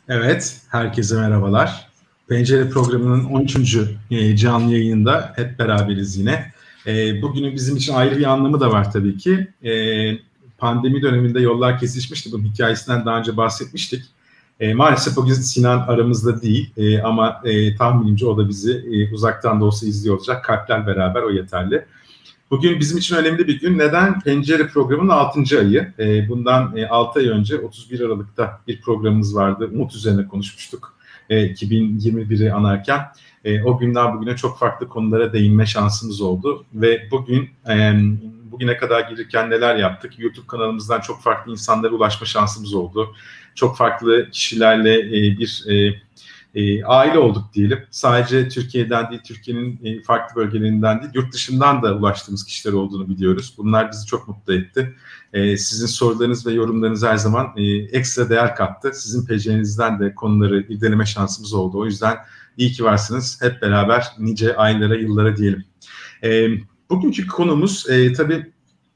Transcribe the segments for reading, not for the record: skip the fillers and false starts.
Evet, herkese merhabalar. Pencere programının 13. Canlı yayında hep beraberiz yine. Bugünün bizim için ayrı bir anlamı da var tabii ki. Pandemi döneminde yollar kesişmişti. Bunun hikayesinden daha önce bahsetmiştik. Maalesef bugün Sinan aramızda değil ama tahminimce o da bizi uzaktan da olsa izliyor olacak. Kalpler beraber o yeterli. Bugün bizim için önemli bir gün. Neden? Pencere programının 6. ayı. Bundan 6 ay önce 31 Aralık'ta bir programımız vardı. Umut üzerine konuşmuştuk. 2021'i anarken. O günden bugüne çok farklı konulara değinme şansımız oldu. Ve bugüne kadar gelirken neler yaptık? YouTube kanalımızdan çok farklı insanlara ulaşma şansımız oldu. Çok farklı kişilerle bir aile olduk diyelim. Sadece Türkiye'den değil, Türkiye'nin farklı bölgelerinden değil, yurt dışından da ulaştığımız kişiler olduğunu biliyoruz. Bunlar bizi çok mutlu etti. Sizin sorularınız ve yorumlarınız her zaman ekstra değer kattı. Sizin pecenizden de konuları irdeleme şansımız oldu. O yüzden iyi ki varsınız. Hep beraber nice aylara, yıllara diyelim. Bugünkü konumuz tabii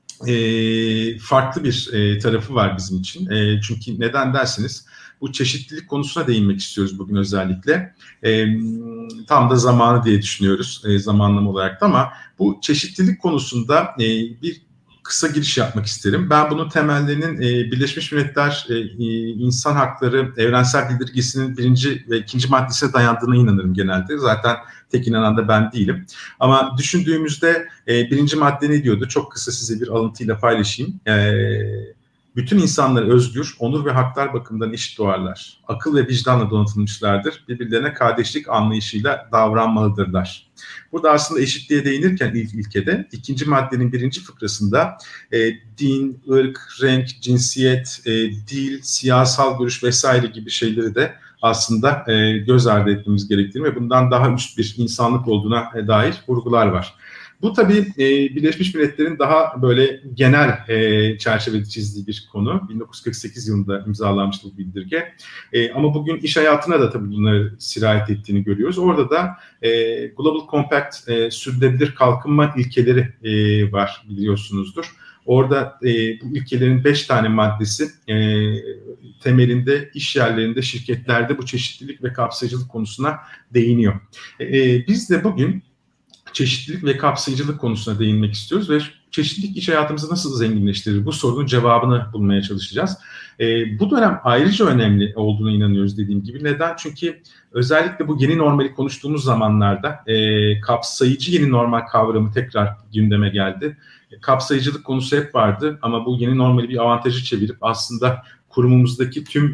farklı bir tarafı var bizim için. Çünkü neden dersiniz? Bu çeşitlilik konusuna değinmek istiyoruz bugün özellikle. Tam da zamanı diye düşünüyoruz zamanlama olarak da, ama bu çeşitlilik konusunda bir kısa giriş yapmak isterim. Ben bunun temellerinin Birleşmiş Milletler İnsan Hakları Evrensel Bildirgesi'nin 1. ve 2. maddesine dayandığına inanırım genelde. Zaten tek inanan da ben değilim. Ama düşündüğümüzde 1. madde ne diyordu? Çok kısa size bir alıntıyla paylaşayım. Bütün insanlar özgür, onur ve haklar bakımından eşit doğarlar. Akıl ve vicdanla donatılmışlardır. Birbirlerine kardeşlik anlayışıyla davranmalıdırlar. Burada aslında eşitliğe değinirken ilk ilkede 2. maddenin 1. fıkrasında din, ırk, renk, cinsiyet, dil, siyasal görüş vesaire gibi şeyleri de aslında göz ardı etmemiz gerektiğini ve bundan daha üst bir insanlık olduğuna dair vurgular var. Bu tabii Birleşmiş Milletler'in daha böyle genel çerçevede çizdiği bir konu. 1948 yılında imzalanmıştı bu bildirge. Ama bugün iş hayatına da tabii bunları sirayet ettiğini görüyoruz. Orada da Global Compact sürdürülebilir kalkınma ilkeleri var, biliyorsunuzdur. Orada bu ilkelerin 5 tane maddesi temelinde iş yerlerinde, şirketlerde bu çeşitlilik ve kapsayıcılık konusuna değiniyor. Biz de bugün çeşitlilik ve kapsayıcılık konusuna değinmek istiyoruz ve çeşitlilik iş hayatımızı nasıl zenginleştirir? Bu sorunun cevabını bulmaya çalışacağız. Bu dönem ayrıca önemli olduğuna inanıyoruz dediğim gibi. Neden? Çünkü özellikle bu yeni normali konuştuğumuz zamanlarda kapsayıcı yeni normal kavramı tekrar gündeme geldi. Kapsayıcılık konusu hep vardı ama bu yeni normali bir avantajı çevirip aslında kurumumuzdaki tüm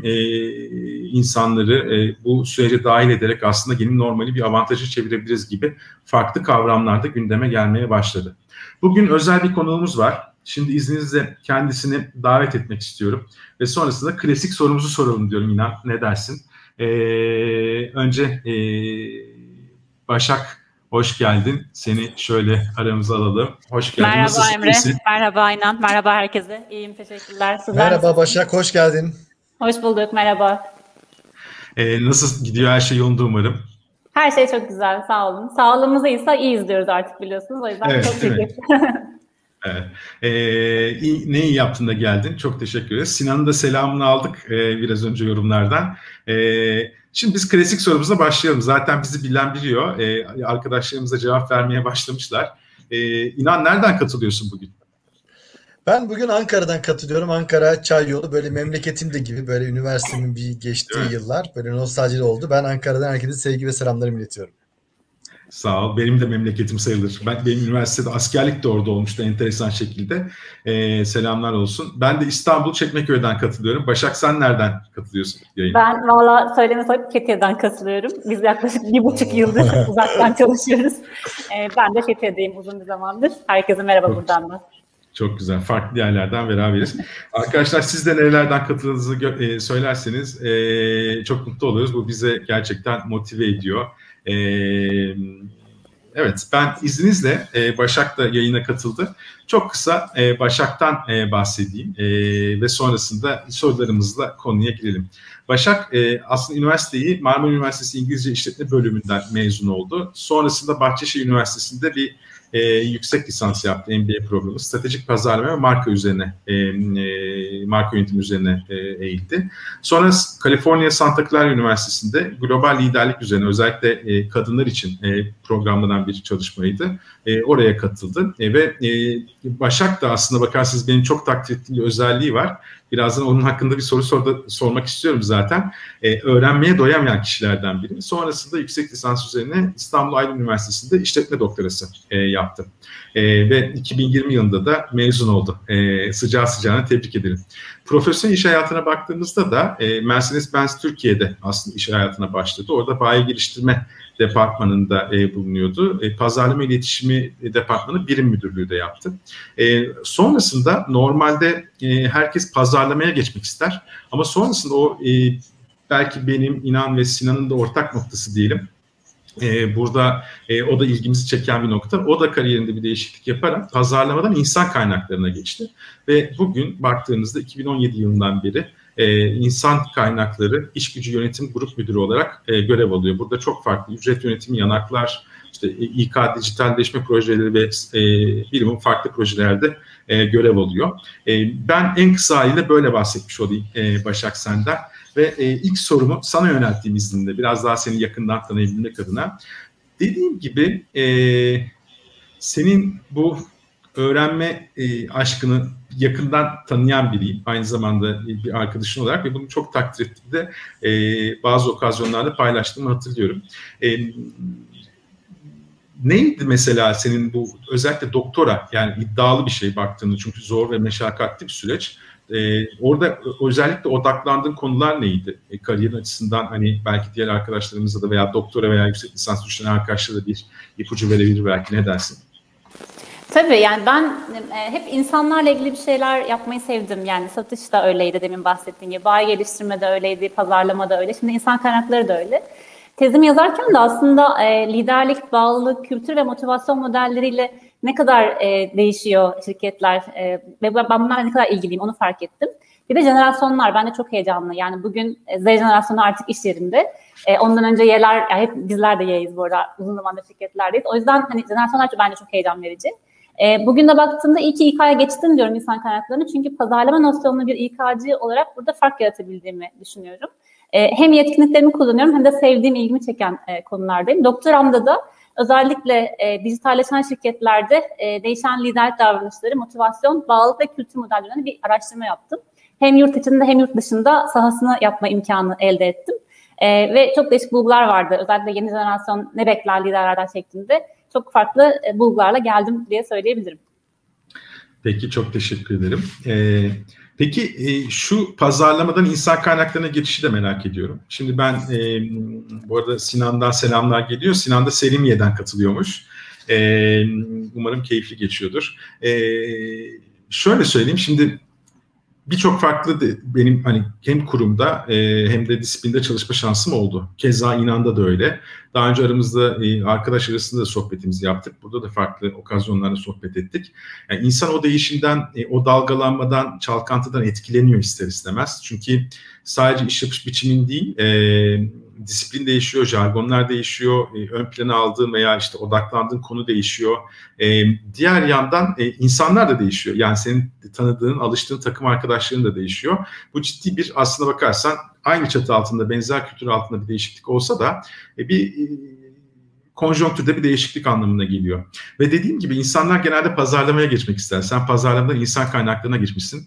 insanları bu sürece dahil ederek aslında yeni normali bir avantajı çevirebiliriz gibi farklı kavramlar da gündeme gelmeye başladı. Bugün özel bir konuğumuz var. Şimdi izninizle kendisini davet etmek istiyorum. Ve sonrasında klasik sorumuzu soralım diyorum İnan. Ne dersin? Önce Başak, hoş geldin. Seni şöyle aramıza alalım. Hoş geldin. Merhaba Nasılsın? Emre, merhaba İnan, merhaba herkese. İyiyim, teşekkürler. Sizler merhaba nasılsınız? Başak, hoş geldin. Hoş bulduk, merhaba. Nasıl gidiyor? Her şey yolunda umarım. Her şey çok güzel, sağ olun. Sağlığımız iyiyse iyiyiz diyoruz artık, biliyorsunuz. O yüzden Evet, çok şükür. Evet. Ne iyi yaptın da geldin. Çok teşekkür ederiz. Sinan'ın da selamını aldık biraz önce yorumlardan. Şimdi biz klasik sorumuza başlayalım. Zaten bizi bilen biliyor. Arkadaşlarımız da cevap vermeye başlamışlar. İnan, nereden katılıyorsun bugün? Ben bugün Ankara'dan katılıyorum. Ankara Çayyolu, böyle memleketim de gibi, böyle üniversitemin bir geçtiği yıllar böyle nostaljili oldu. Ben Ankara'dan herkese sevgi ve selamlarımı iletiyorum. Sağ ol. Benim de memleketim sayılır. Benim üniversitede askerlik de orada olmuştu enteresan şekilde. Selamlar olsun. Ben de İstanbul Çekmeköy'den katılıyorum. Başak, sen nereden katılıyorsun yayına? Ben valla söyleme sayıp Fethiye'den katılıyorum. Biz yaklaşık 1,5 yıldır uzaktan çalışıyoruz. Ben de Fethiye'deyim uzun bir zamandır. Herkese merhaba buradan da. Çok güzel. Farklı yerlerden beraberiz. Arkadaşlar, siz de nerelerden katıldığınızı söylerseniz çok mutlu oluyoruz. Bu bize gerçekten motive ediyor. Evet, ben izninizle Başak da yayına katıldı. Çok kısa Başak'tan bahsedeyim ve sonrasında sorularımızla konuya girelim. Başak aslında üniversiteyi Marmara Üniversitesi İngilizce İşletme Bölümünden mezun oldu. Sonrasında Bahçeşehir Üniversitesi'nde bir yüksek lisans yaptı, MBA programı. Stratejik pazarlama ve marka üzerine, marka yönetimi üzerine eğildi. Sonra Kaliforniya Santa Clara Üniversitesi'nde global liderlik üzerine, özellikle kadınlar için programlanan bir çalışmaydı. Oraya katıldı ve Başak da aslında bakarsanız benim çok takdir ettiğim bir özelliği var. Birazdan onun hakkında bir soru sormak istiyorum zaten. Öğrenmeye doyamayan kişilerden biri. Sonrasında yüksek lisans üzerine İstanbul Aydın Üniversitesi'nde işletme doktorası yaptı. Ve 2020 yılında da mezun oldu. Sıcağı sıcağına tebrik ederim. Profesyonel iş hayatına baktığımızda da Mercedes-Benz Türkiye'de aslında iş hayatına başladı. Orada bayi geliştirme departmanında bulunuyordu. Pazarlama iletişimi departmanı birim müdürlüğü de yaptı. Sonrasında normalde herkes pazarlamaya geçmek ister. Ama sonrasında o belki benim, İnan ve Sinan'ın da ortak noktası diyelim. Burada o da ilgimizi çeken bir nokta. O da kariyerinde bir değişiklik yaparak pazarlamadan insan kaynaklarına geçti. Ve bugün baktığınızda 2017 yılından beri insan kaynakları iş gücü yönetim grup müdürü olarak görev alıyor. Burada çok farklı ücret yönetimi, yanaklar, işte İK dijitalleşme projeleri ve birimum farklı projelerde görev alıyor. Ben en kısa haliyle böyle bahsetmiş olayım Başak senden. Ve ilk sorumu sana yönelttiğim izninle biraz daha seni yakından tanıyabilmek adına. Dediğim gibi senin bu öğrenme aşkını yakından tanıyan biriyim. Aynı zamanda bir arkadaşın olarak ve bunu çok takdir ettiğimde bazı okazyonlarda paylaştığımı hatırlıyorum. Neydi mesela senin bu özellikle doktora, yani iddialı bir şey baktığında çünkü zor ve meşakkatli bir süreç. Orada özellikle odaklandığın konular neydi? Kariyerin açısından hani belki diğer arkadaşlarımıza da veya doktora veya yüksek lisans düşünen arkadaşlara da bir ipucu verebilir belki, ne dersin? Tabii yani ben hep insanlarla ilgili bir şeyler yapmayı sevdim. Yani satış da öyleydi demin bahsettiğim gibi. Bayi geliştirme de öyleydi, pazarlama da öyle. Şimdi insan kaynakları da öyle. Tezimi yazarken de aslında liderlik, bağlılık, kültür ve motivasyon modelleriyle ne kadar değişiyor şirketler ve ben bunlarla ne kadar ilgiliyim onu fark ettim. Bir de jenerasyonlar bence çok heyecanlı. Yani bugün Z jenerasyonu artık iş yerinde. Ondan önce Y'ler, yani hep bizler de Y'yiz bu arada, uzun zamandır şirketlerdeyiz. O yüzden hani jenerasyonlar bence çok heyecan verici. Bugün de baktığımda iyi ki İK'ya geçtim diyorum insan kaynaklarını. Çünkü pazarlama nosyonlu bir İK'cı olarak burada fark yaratabildiğimi düşünüyorum. Hem yetkinliklerimi kullanıyorum hem de sevdiğim, ilgimi çeken konulardayım. Doktoramda da özellikle dijitalleşen şirketlerde değişen liderlik davranışları, motivasyon, bağlılık ve kültür modellerine bir araştırma yaptım. Hem yurt içinde hem yurt dışında sahasını yapma imkanı elde ettim. Ve çok değişik bulgular vardı. Özellikle yeni jenerasyon ne bekler liderlerden şeklinde çok farklı bulgularla geldim diye söyleyebilirim. Peki, çok teşekkür ederim. Peki şu pazarlamadan insan kaynaklarına geçişi de merak ediyorum. Şimdi ben bu arada Sinan'dan selamlar geliyor. Sinan da Selimiye'den katılıyormuş. Umarım keyifli geçiyordur. Şöyle söyleyeyim, şimdi birçok farklı benim hani hem kurumda hem de disiplinde çalışma şansım oldu. Keza İnan'da da öyle. Daha önce aramızda arkadaş arasında da sohbetimizi yaptık. Burada da farklı okazyonlarda sohbet ettik. Yani insan o değişimden, o dalgalanmadan, çalkantıdan etkileniyor ister istemez. Çünkü sadece iş yapış biçimin değil, disiplin değişiyor, jargonlar değişiyor, ön plana aldığın veya işte odaklandığın konu değişiyor. Diğer yandan insanlar da değişiyor. Yani senin tanıdığın, alıştığın takım arkadaşların da değişiyor. Bu ciddi bir, aslına bakarsan aynı çatı altında, benzer kültür altında bir değişiklik olsa da bir konjonktürde bir değişiklik anlamına geliyor. Ve dediğim gibi insanlar genelde pazarlamaya geçmek ister. Sen pazarlamadan insan kaynaklarına geçmişsin.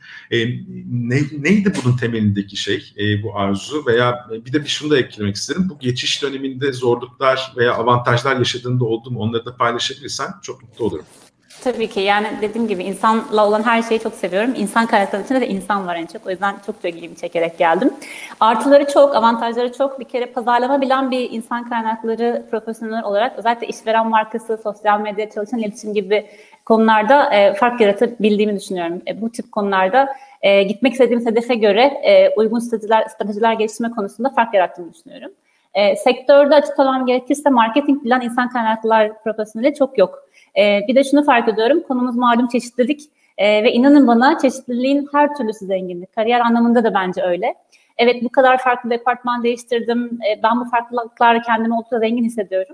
Neydi bunun temelindeki şey, bu arzu? Veya bir de şunu da eklemek isterim. Bu geçiş döneminde zorluklar veya avantajlar yaşadığında oldu mu? Onları da paylaşabilirsen çok mutlu olurum. Tabii ki, yani dediğim gibi insanla olan her şeyi çok seviyorum. İnsan kaynakları içinde de insan var en çok. O yüzden çok ilgimi çekerek geldim. Artıları çok, avantajları çok. Bir kere pazarlama bilen bir insan kaynakları profesyonel olarak özellikle işveren markası, sosyal medya, çalışan iletişim gibi konularda fark yaratabildiğimi düşünüyorum. Bu tip konularda gitmek istediğim hedefe göre uygun stratejiler geliştirme konusunda fark yarattığımı düşünüyorum. Sektörde açıklamam gerekirse marketing bilen insan kaynaklar profesyoneli çok yok. Bir de şunu fark ediyorum, konumuz malum çeşitlilik ve inanın bana çeşitliliğin her türlüsü zenginlik. Kariyer anlamında da bence öyle. Evet, bu kadar farklı departman değiştirdim, ben bu farklılıklarla kendimi oldukça zengin hissediyorum.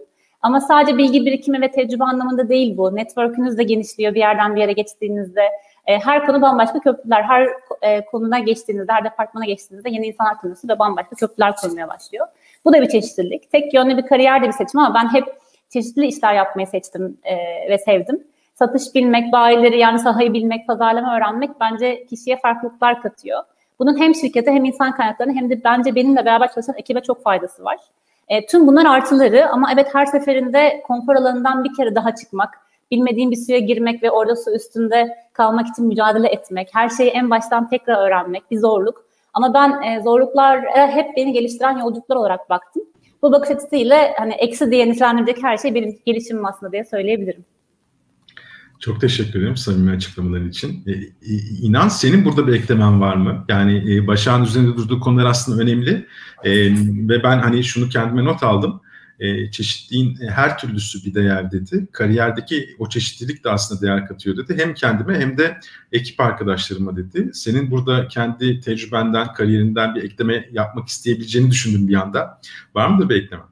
Ama sadece bilgi birikimi ve tecrübe anlamında değil bu. Network'ünüz de genişliyor bir yerden bir yere geçtiğinizde. Her konu bambaşka köprüler. Her konuna geçtiğinizde, her departmana geçtiğinizde yeni insanlar tanıyorsunuz ve bambaşka köprüler kurmaya başlıyor. Bu da bir çeşitlilik. Tek yönlü bir kariyer de bir seçim ama ben hep çeşitli işler yapmayı seçtim ve sevdim. Satış bilmek, bayileri yani sahayı bilmek, pazarlama öğrenmek bence kişiye farklılıklar katıyor. Bunun hem şirkete hem insan kaynaklarına hem de bence benimle beraber çalışan ekibe çok faydası var. Tüm bunlar artıları ama evet her seferinde konfor alanından bir kere daha çıkmak, bilmediğin bir suya girmek ve orada su üstünde kalmak için mücadele etmek, her şeyi en baştan tekrar öğrenmek bir zorluk. Ama ben zorluklara hep beni geliştiren yolculuklar olarak baktım. Bu bakış açısıyla hani eksi diye nitelendirecek her şey benim gelişimim aslında diye söyleyebilirim. Çok teşekkür ederim samimi açıklamaların için. İnan senin burada bir eklemen var mı? Yani Başak'ın üzerinde durduğu konular aslında önemli. Ve ben hani şunu kendime not aldım. Çeşitliğin her türlüsü bir değer dedi. Kariyerdeki o çeşitlilik de aslında değer katıyor dedi. Hem kendime hem de ekip arkadaşlarıma dedi. Senin burada kendi tecrübenden, kariyerinden bir ekleme yapmak isteyebileceğini düşündüm bir anda. Var mı da bir ekleme?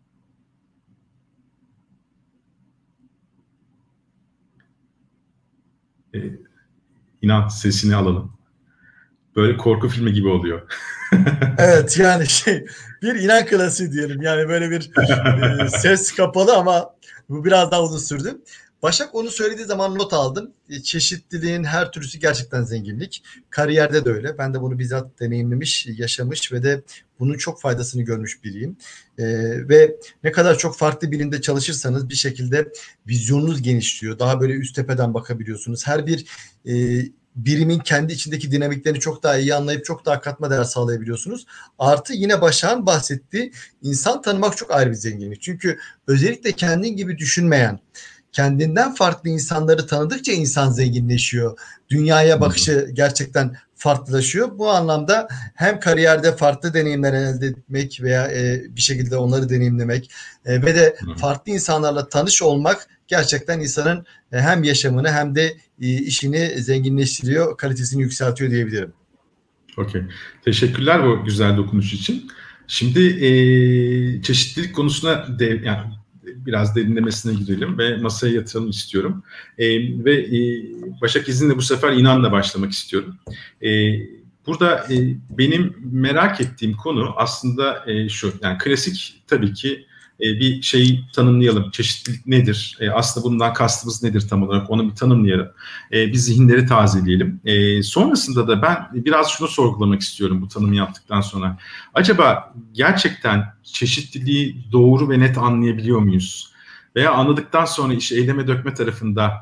İnan sesini alalım. Böyle korku filmi gibi oluyor. Evet yani bir inan klasiği diyelim. Yani böyle bir ses kapalı ama bu biraz daha uzun sürdü. Başak onu söylediği zaman not aldım. Çeşitliliğin her türlüsü gerçekten zenginlik. Kariyerde de öyle. Ben de bunu bizzat deneyimlemiş, yaşamış ve de bunun çok faydasını görmüş biriyim. Ve ne kadar çok farklı bilimde çalışırsanız bir şekilde vizyonunuz genişliyor. Daha böyle üst tepeden bakabiliyorsunuz. Her bir birimin kendi içindeki dinamiklerini çok daha iyi anlayıp çok daha katma değer sağlayabiliyorsunuz. Artı yine Başak'ın bahsettiği insan tanımak çok ayrı bir zenginlik. Çünkü özellikle kendin gibi düşünmeyen, kendinden farklı insanları tanıdıkça insan zenginleşiyor. Dünyaya bakışı gerçekten farklılaşıyor. Bu anlamda hem kariyerde farklı deneyimler elde etmek veya bir şekilde onları deneyimlemek ve de farklı insanlarla tanış olmak gerçekten insanın hem yaşamını hem de işini zenginleştiriyor, kalitesini yükseltiyor diyebilirim. Okey. Teşekkürler bu güzel dokunuş için. Şimdi çeşitlilik konusuna yani biraz derinlemesine girelim ve masaya yatıralım istiyorum. Ve Başak izninle bu sefer inanla başlamak istiyorum. Burada benim merak ettiğim konu aslında şu. Yani klasik tabii ki bir şeyi tanımlayalım. Çeşitlilik nedir? Aslında bundan kastımız nedir tam olarak? Onu bir tanımlayalım. Bir zihinleri tazeleyelim. Sonrasında da ben biraz şunu sorgulamak istiyorum bu tanımı yaptıktan sonra. Acaba gerçekten çeşitliliği doğru ve net anlayabiliyor muyuz? Veya anladıktan sonra işi eyleme dökme tarafında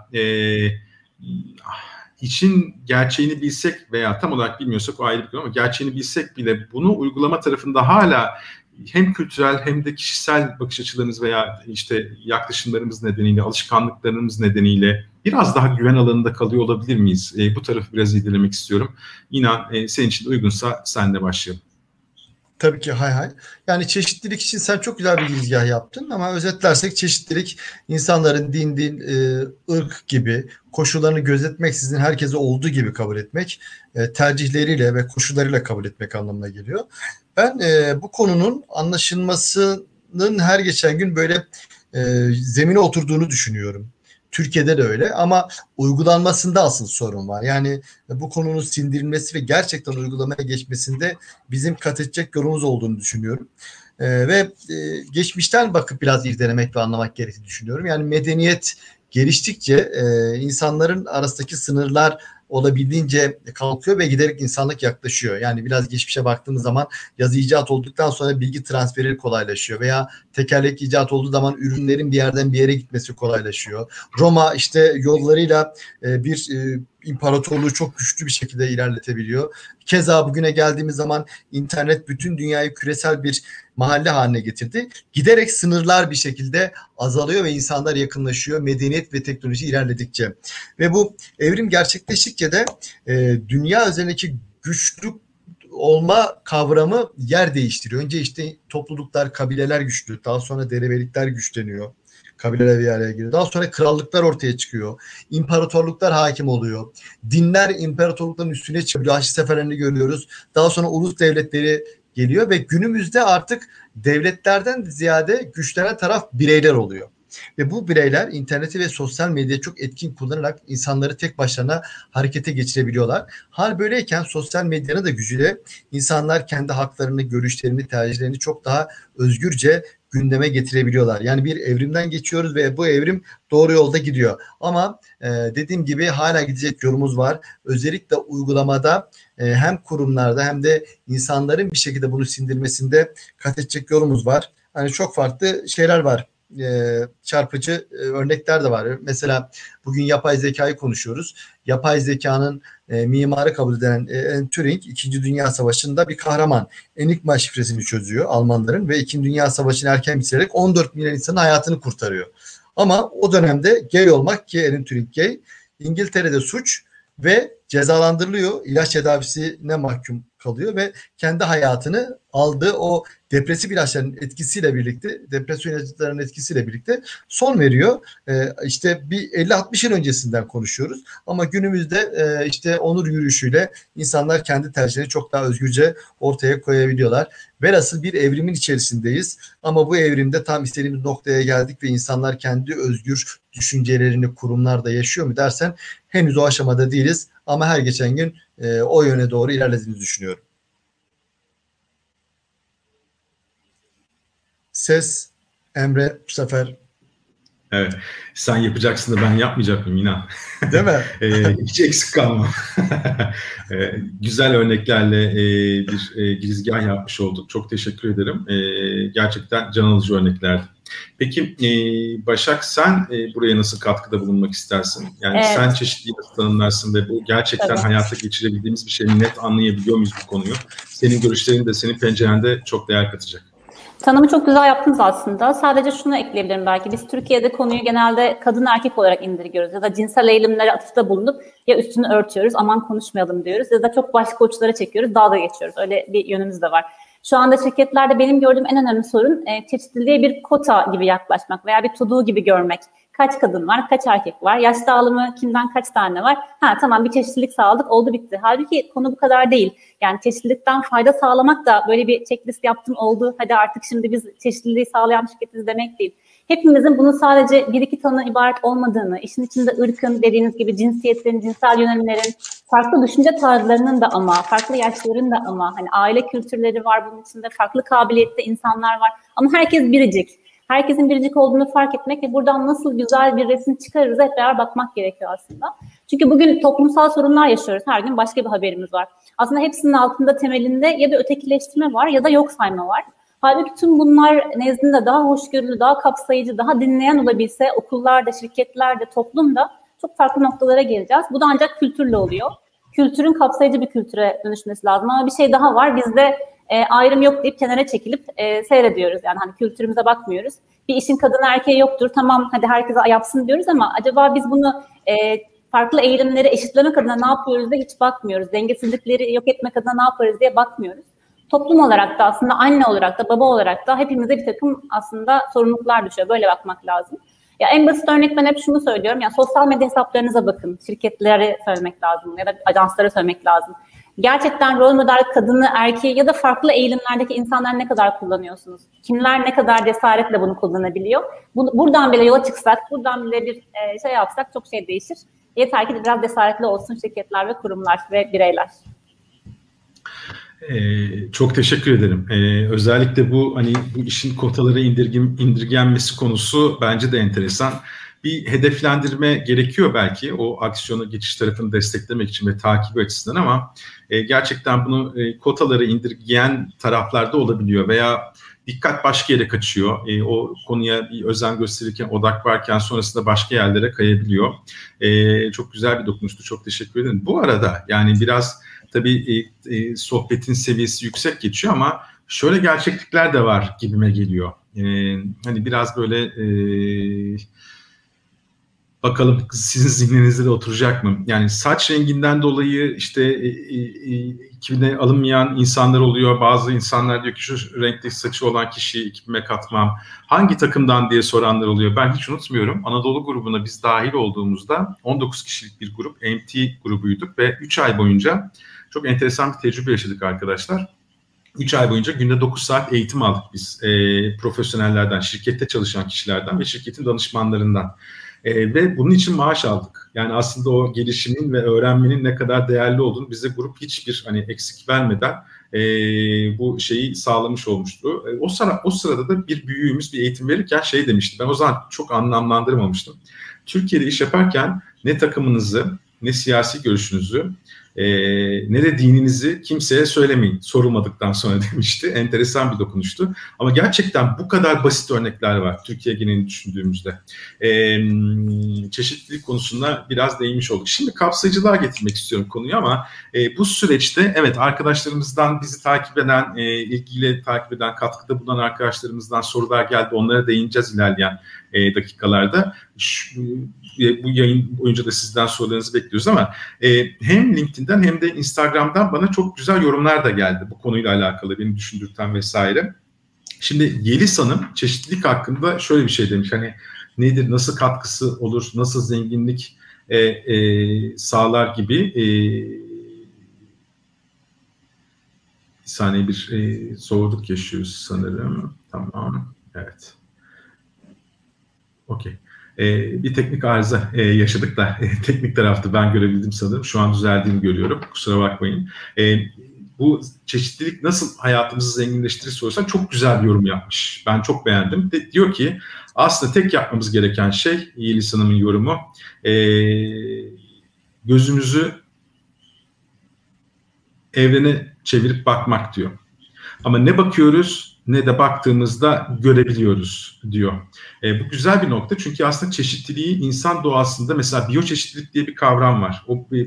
işin gerçeğini bilsek veya tam olarak bilmiyorsak o ayrı bir konu ama gerçeğini bilsek bile bunu uygulama tarafında hala hem kültürel hem de kişisel bakış açılarımız veya işte yaklaşımlarımız nedeniyle, alışkanlıklarımız nedeniyle biraz daha güven alanında kalıyor olabilir miyiz? Bu tarafı biraz irdelemek istiyorum. İnan senin için uygunsa sen de başlayalım. Tabii ki hay. Yani çeşitlilik için sen çok güzel bir girizgah yaptın ama özetlersek çeşitlilik insanların din, ırk gibi koşullarını gözetmeksizin herkese olduğu gibi kabul etmek, tercihleriyle ve koşullarıyla kabul etmek anlamına geliyor. Ben bu konunun anlaşılmasının her geçen gün böyle zemine oturduğunu düşünüyorum. Türkiye'de de öyle ama uygulanmasında asıl sorun var. Yani bu konunun sindirilmesi ve gerçekten uygulamaya geçmesinde bizim kat edecek yolumuz olduğunu düşünüyorum. Ve geçmişten bakıp biraz irdelemek ve anlamak gerektiğini düşünüyorum. Yani medeniyet geliştikçe insanların arasındaki sınırlar olabildiğince kalkıyor ve giderek insanlık yaklaşıyor. Yani biraz geçmişe baktığımız zaman yazı icat olduktan sonra bilgi transferi kolaylaşıyor veya tekerlek icat olduğu zaman ürünlerin bir yerden bir yere gitmesi kolaylaşıyor. Roma işte yollarıyla bir imparatorluğu çok güçlü bir şekilde ilerletebiliyor. Keza bugüne geldiğimiz zaman internet bütün dünyayı küresel bir mahalle haline getirdi. Giderek sınırlar bir şekilde azalıyor ve insanlar yakınlaşıyor medeniyet ve teknoloji ilerledikçe. Ve bu evrim gerçekleştikçe de dünya üzerindeki güçlü olma kavramı yer değiştiriyor. Önce işte topluluklar, kabileler güçlü, daha sonra derebeylikler güçleniyor. Kabileler bir araya giriyor. Daha sonra krallıklar ortaya çıkıyor. İmparatorluklar hakim oluyor. Dinler imparatorlukların üstüne çıkıyor. Haçlı seferlerini görüyoruz. Daha sonra ulus devletleri geliyor ve günümüzde artık devletlerden ziyade güçlenen taraf bireyler oluyor. Ve bu bireyler interneti ve sosyal medyayı çok etkin kullanarak insanları tek başlarına harekete geçirebiliyorlar. Hal böyleyken sosyal medyanın da gücüyle insanlar kendi haklarını, görüşlerini, tercihlerini çok daha özgürce gündeme getirebiliyorlar. Yani bir evrimden geçiyoruz ve bu evrim doğru yolda gidiyor. Ama dediğim gibi hala gidecek yolumuz var. Özellikle uygulamada hem kurumlarda hem de insanların bir şekilde bunu sindirmesinde kat edecek yolumuz var. Hani çok farklı şeyler var. Çarpıcı örnekler de var. Mesela bugün yapay zekayı konuşuyoruz. Yapay zekanın mimarı kabul edilen Alan Turing 2. Dünya Savaşı'nda bir kahraman. Enigma şifresini çözüyor Almanların ve 2. Dünya Savaşı'nı erken bitirerek 14 milyon insanın hayatını kurtarıyor. Ama o dönemde gay olmak, ki Alan Turing gay, İngiltere'de suç ve cezalandırılıyor. İlaç tedavisine mahkum kalıyor ve kendi hayatını aldığı o depresif ilaçların etkisiyle birlikte, depresyon ilaçlarının etkisiyle birlikte son veriyor. İşte bir 50-60 yıl öncesinden konuşuyoruz. Ama günümüzde işte onur yürüyüşüyle insanlar kendi tercihlerini çok daha özgürce ortaya koyabiliyorlar. Velhasıl bir evrimin içerisindeyiz. Ama bu evrimde tam istediğimiz noktaya geldik ve insanlar kendi özgür düşüncelerini kurumlarda yaşıyor mu dersen henüz o aşamada değiliz. Ama her geçen gün o yöne doğru ilerlediğimizi düşünüyorum. Ses, Emre bu sefer. Evet. Sen yapacaksın da ben yapmayacak mıyım inan. Değil mi? Hiç eksik kalmam. Güzel örneklerle bir girizgah yapmış olduk. Çok teşekkür ederim. Gerçekten can alıcı örneklerdi. Peki Başak, sen buraya nasıl katkıda bulunmak istersin? Yani evet. Sen çeşitli nasıl tanımlarsın ve bu gerçekten hayata geçirebildiğimiz bir şey mi? Net anlayabiliyor muyuz bu konuyu? Senin görüşlerin de senin pencerende çok değer katacak. Tanımı çok güzel yaptınız aslında. Sadece şunu ekleyebilirim belki. Biz Türkiye'de konuyu genelde kadın erkek olarak indirgiyoruz. Ya da cinsel eğilimlere atıfta bulunup ya üstünü örtüyoruz, aman konuşmayalım diyoruz. Ya da çok başka uçlara çekiyoruz, dalga geçiyoruz. Öyle bir yönümüz de var. Şu anda şirketlerde benim gördüğüm en önemli sorun çeşitliliğe bir kota gibi yaklaşmak veya bir to do gibi görmek. Kaç kadın var, kaç erkek var, yaş dağılımı kimden kaç tane var. Ha tamam, bir çeşitlilik sağladık, oldu bitti. Halbuki konu bu kadar değil. Yani çeşitlilikten fayda sağlamak da böyle bir checklist yaptım oldu, hadi artık şimdi biz çeşitliliği sağlayan şirketiz demek değil. Hepimizin bunun sadece bir iki tanı ibaret olmadığını, işin içinde ırkın, dediğiniz gibi cinsiyetlerin, cinsel yönelimlerin, farklı düşünce tarzlarının da ama, farklı yaşların da ama, hani aile kültürleri var bunun içinde, farklı kabiliyette insanlar var ama herkes biricik. Herkesin biricik olduğunu fark etmek ve buradan nasıl güzel bir resim çıkarırız hep beraber bakmak gerekiyor aslında. Çünkü bugün toplumsal sorunlar yaşıyoruz. Her gün başka bir haberimiz var. Aslında hepsinin altında temelinde ya bir ötekileştirme var ya da yok sayma var. Halbuki tüm bunlar nezdinde daha hoşgörülü, daha kapsayıcı, daha dinleyen olabilse okullarda, şirketlerde, toplumda çok farklı noktalara geleceğiz. Bu da ancak kültürle oluyor. Kültürün kapsayıcı bir kültüre dönüşmesi lazım. Ama bir şey daha var. Bizde ayrım yok deyip kenara çekilip seyrediyoruz. Yani hani kültürümüze bakmıyoruz. Bir işin kadın erkeği yoktur. Tamam hadi herkese yapsın diyoruz ama acaba biz bunu farklı eğilimleri eşitlemek adına ne yapıyoruz diye hiç bakmıyoruz. Dengesizlikleri yok etmek adına ne yaparız diye bakmıyoruz. Toplum olarak da aslında anne olarak da baba olarak da hepimize bir takım aslında sorumluluklar düşüyor. Böyle bakmak lazım. Ya en basit örnek ben hep şunu söylüyorum. Ya sosyal medya hesaplarınıza bakın. Şirketlere söylemek lazım ya da ajanslara söylemek lazım. Gerçekten rol model kadını, erkeği ya da farklı eğilimlerdeki insanlar ne kadar kullanıyorsunuz? Kimler ne kadar cesaretle bunu kullanabiliyor? Buradan bile yola çıksak, buradan bile bir şey yapsak çok şey değişir. Yeter ki biraz cesaretli olsun şirketler ve kurumlar ve bireyler. Çok teşekkür ederim. Özellikle bu hani bu işin kotalara indirgenmesi konusu bence de enteresan. Bir hedeflendirme gerekiyor belki o aksiyonu geçiş tarafını desteklemek için ve takip açısından ama gerçekten bunu kotaları indirgeyen taraflarda olabiliyor veya dikkat başka yere kaçıyor. O konuya bir özen gösterirken, odak varken sonrasında başka yerlere kayabiliyor. Çok güzel bir dokunuştu. Çok teşekkür ederim. Bu arada yani biraz tabii sohbetin seviyesi yüksek geçiyor ama şöyle gerçeklikler de var gibime geliyor. Hani biraz böyle bakalım sizin zihninizde de oturacak mı? Yani saç renginden dolayı işte ekibine alınmayan insanlar oluyor. Bazı insanlar diyor ki şu renkli saçı olan kişiyi ekibime katmam. Hangi takımdan diye soranlar oluyor. Ben hiç unutmuyorum. Anadolu grubuna biz dahil olduğumuzda 19 kişilik bir grup, MT grubuyduk ve 3 ay boyunca çok enteresan bir tecrübe yaşadık arkadaşlar. 3 ay boyunca günde 9 saat eğitim aldık biz profesyonellerden, şirkette çalışan kişilerden ve şirketin danışmanlarından. Ve bunun için maaş aldık. Yani aslında o gelişimin ve öğrenmenin ne kadar değerli olduğunu bize grup hiçbir hani eksik vermeden bu şeyi sağlamış olmuştu. O sırada da bir büyüğümüz bir eğitim verirken şey demişti. Ben o zaman çok anlamlandırmamıştım. Türkiye'de iş yaparken ne takımınızı, ne siyasi görüşünüzü, ne de dininizi kimseye söylemeyin sorulmadıktan sonra demişti. Enteresan bir dokunuştu. Ama gerçekten bu kadar basit örnekler var Türkiye genelini düşündüğümüzde. Çeşitlilik konusunda biraz değinmiş olduk. Şimdi kapsayıcılığa getirmek istiyorum konuyu ama bu süreçte evet arkadaşlarımızdan bizi takip eden, ilgiyle takip eden, katkıda bulunan arkadaşlarımızdan sorular geldi. Onlara değineceğiz ilerleyen dakikalarda. Bu yayın boyunca da sizden sorularınızı bekliyoruz ama hem LinkedIn'den hem de Instagram'dan bana çok güzel yorumlar da geldi bu konuyla alakalı beni düşündürten vesaire. Şimdi Yeliz Hanım çeşitlilik hakkında şöyle bir şey demiş. Hani nedir, nasıl katkısı olur, nasıl zenginlik sağlar gibi bir saniye bir zorluk yaşıyoruz sanırım. Tamam, evet. Okey. Bir teknik arıza yaşadık da teknik tarafta ben görebildim sanırım. Şu an düzeldiğini görüyorum. Kusura bakmayın. Bu çeşitlilik nasıl hayatımızı zenginleştirir sorarsan çok güzel bir yorum yapmış. Ben çok beğendim. Diyor ki aslında tek yapmamız gereken şey Yeliz Hanım'ın yorumu gözümüzü evrene çevirip bakmak diyor. Ama ne bakıyoruz ne de baktığımızda görebiliyoruz diyor. Bu güzel bir nokta çünkü aslında çeşitliliği insan doğasında mesela biyoçeşitlilik diye bir kavram var.